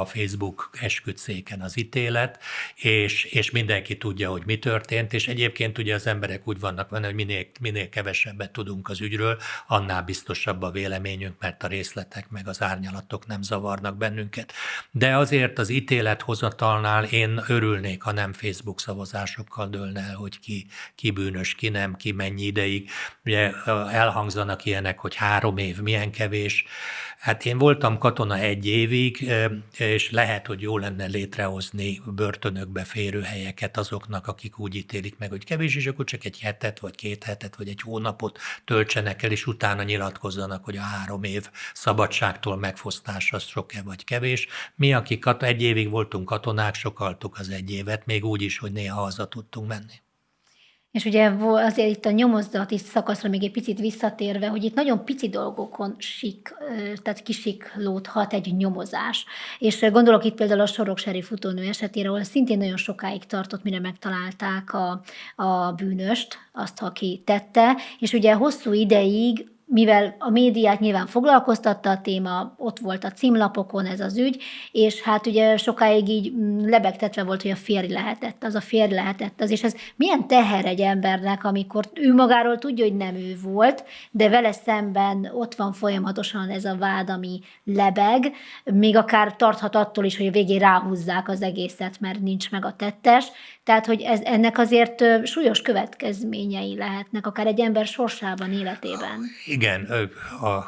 S2: Facebook esküdtszéken az ítélet, és, és mindenki tudja, hogy mi történt, és egyébként ugye az emberek úgy vannak benne, hogy minél, minél kevesebbet tudunk az ügyről, annál biztosabb a véleményünk, mert a részletek meg az árnyalatok nem zavarnak bennünket. De azért az ítélethozatalnál én örülnék, ha nem Facebook szavazásokkal dőlne el, hogy ki, ki bűnös, ki nem, ki mennyi ideig. Ugye elhangzanak ilyenek, hogy három év milyen kevés. Hát én voltam katona egy évig, és lehet, hogy jó lenne létrehozni börtönökbe férőhelyeket azoknak, akik úgy ítélik meg, hogy kevés, és akkor csak egy hetet, vagy két hetet, vagy egy hónapot töltsenek el, és utána nyilatkozzanak, hogy a három év szabadságtól megfosztás az sok-e vagy kevés. Mi, akik egy évig voltunk katonák, sokaltuk az egy évet, még úgy is, hogy néha haza tudtunk menni.
S1: És ugye azért itt a nyomozati szakaszra még egy picit visszatérve, hogy itt nagyon pici dolgokon sik, tehát kisiklódhat egy nyomozás. És gondolok itt például a soroksári futónő esetére, ahol szintén nagyon sokáig tartott, mire megtalálták a, a bűnöst, azt, aki tette, és ugye hosszú ideig, mivel a médiát nyilván foglalkoztatta a téma, ott volt a címlapokon ez az ügy, és hát ugye sokáig így lebegtetve volt, hogy a férj lehetett az, a férj lehetett az, és ez milyen teher egy embernek, amikor ő magáról tudja, hogy nem ő volt, de vele szemben ott van folyamatosan ez a vád, ami lebeg, még akár tarthat attól is, hogy a végén ráhúzzák az egészet, mert nincs meg a tettes, tehát hogy ez, ennek azért súlyos következményei lehetnek, akár egy ember sorsában, életében.
S2: Igen, a,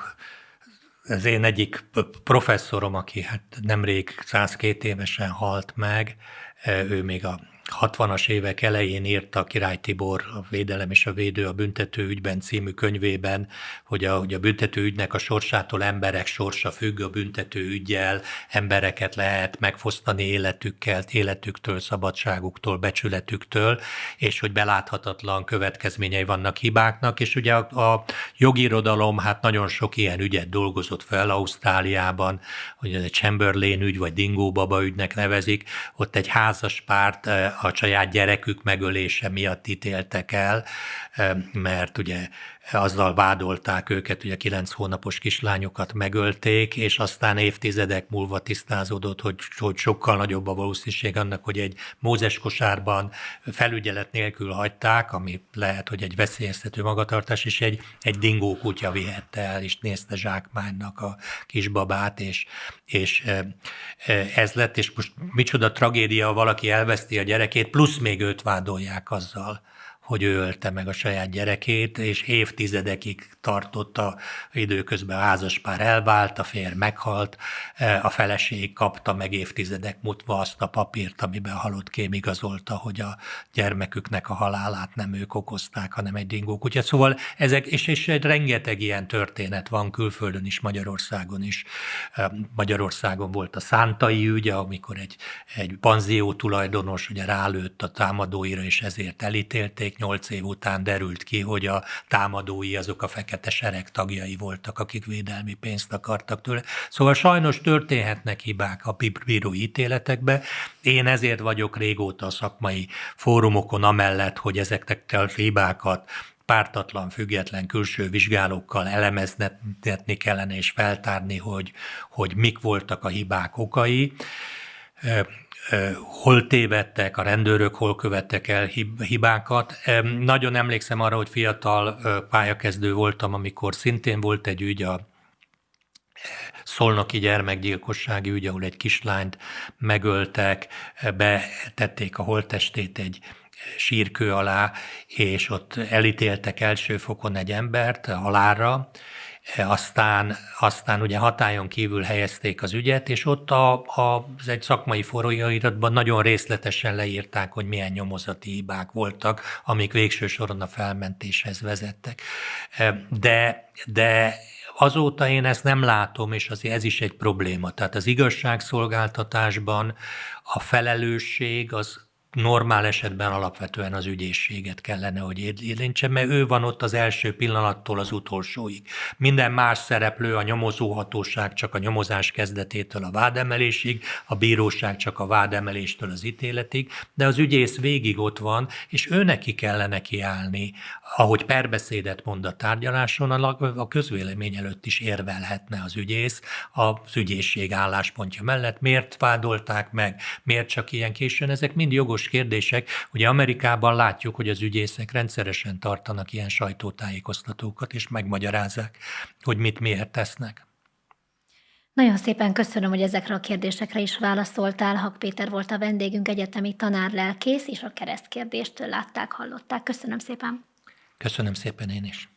S2: az én egyik professzorom, aki hát nemrég százkettő évesen halt meg, ő még a hatvanas évek elején írta a Király Tibor, a Védelem és a Védő a büntetőügyben című könyvében, hogy a, hogy a büntetőügynek a sorsától emberek sorsa függ, a büntetőüggyel embereket lehet megfosztani életükkel, életüktől, szabadságuktól, becsületüktől, és hogy beláthatatlan következményei vannak hibáknak, és ugye a, a jogirodalom hát nagyon sok ilyen ügyet dolgozott fel Ausztráliában, hogy ez egy Chamberlain ügy, vagy Dingó baba ügynek nevezik, ott egy házas párt a saját gyerekük megölése miatt ítéltek el, mert ugye azzal vádolták őket, hogy a kilenc hónapos kislányokat megölték, és aztán évtizedek múlva tisztázódott, hogy, hogy sokkal nagyobb a valószínűség annak, hogy egy mózes kosárban felügyelet nélkül hagyták, ami lehet, hogy egy veszélyeztető magatartás, és egy, egy dingó kutya vihette el, és nézte zsákmánynak a kisbabát, és, és ez lett, és most micsoda tragédia, valaki elveszti a gyerekét, plusz még őt vádolják azzal, hogy ő ölte meg a saját gyerekét, és évtizedekig tartotta, időközben a házaspár elvált, a férj meghalt, a feleség kapta meg évtizedek múlva azt a papírt, amiben a halott kém igazolta, hogy a gyermeküknek a halálát nem ők okozták, hanem egy dingókutya. Szóval ezek, és, és egy rengeteg ilyen történet van külföldön is, Magyarországon is. Magyarországon volt a Szántai ügy, amikor egy, egy panzió tulajdonos ugye rálőtt a támadóira, és ezért elítélték. Nyolc év után derült ki, hogy a támadói azok a fekete sereg tagjai voltak, akik védelmi pénzt akartak tőle. Szóval sajnos történhetnek hibák a bírói ítéletekbe. Én ezért vagyok régóta a szakmai fórumokon amellett, hogy ezeket a hibákat pártatlan, független külső vizsgálókkal elemezni kellene és feltárni, hogy, hogy mik voltak a hibák okai. Hol tévedtek a rendőrök, hol követtek el hibákat. Nagyon emlékszem arra, hogy fiatal pályakezdő voltam, amikor szintén volt egy ügy, a szolnoki gyermekgyilkossági ügy, ahol egy kislányt megöltek, betették a holttestét egy sírkő alá, és ott elítéltek első fokon egy embert halálra, Aztán, aztán ugye hatályon kívül helyezték az ügyet, és ott a, a, az egy szakmai folyóiratban nagyon részletesen leírták, hogy milyen nyomozati hibák voltak, amik végső soron a felmentéshez vezettek. De, de azóta én ezt nem látom, és azért ez is egy probléma. Tehát az igazságszolgáltatásban a felelősség az normál esetben alapvetően az ügyészséget kellene, hogy érintse, mert ő van ott az első pillanattól az utolsóig. Minden más szereplő, a nyomozóhatóság csak a nyomozás kezdetétől a vádemelésig, a bíróság csak a vádemeléstől az ítéletig, de az ügyész végig ott van, és ő neki kellene kiállni, ahogy perbeszédet mond a tárgyaláson, a közvélemény előtt is érvelhetne az ügyész az ügyészség álláspontja mellett, miért vádolták meg, miért csak ilyen későn, ezek mind jogos kérdések. Ugye Amerikában látjuk, hogy az ügyészek rendszeresen tartanak ilyen sajtótájékoztatókat, és megmagyarázzák, hogy mit miért tesznek.
S1: Nagyon szépen köszönöm, hogy ezekre a kérdésekre is válaszoltál. Hak Péter volt a vendégünk, egyetemi tanárlelkész, és a keresztkérdést látták, hallották. Köszönöm szépen.
S2: Köszönöm szépen én is.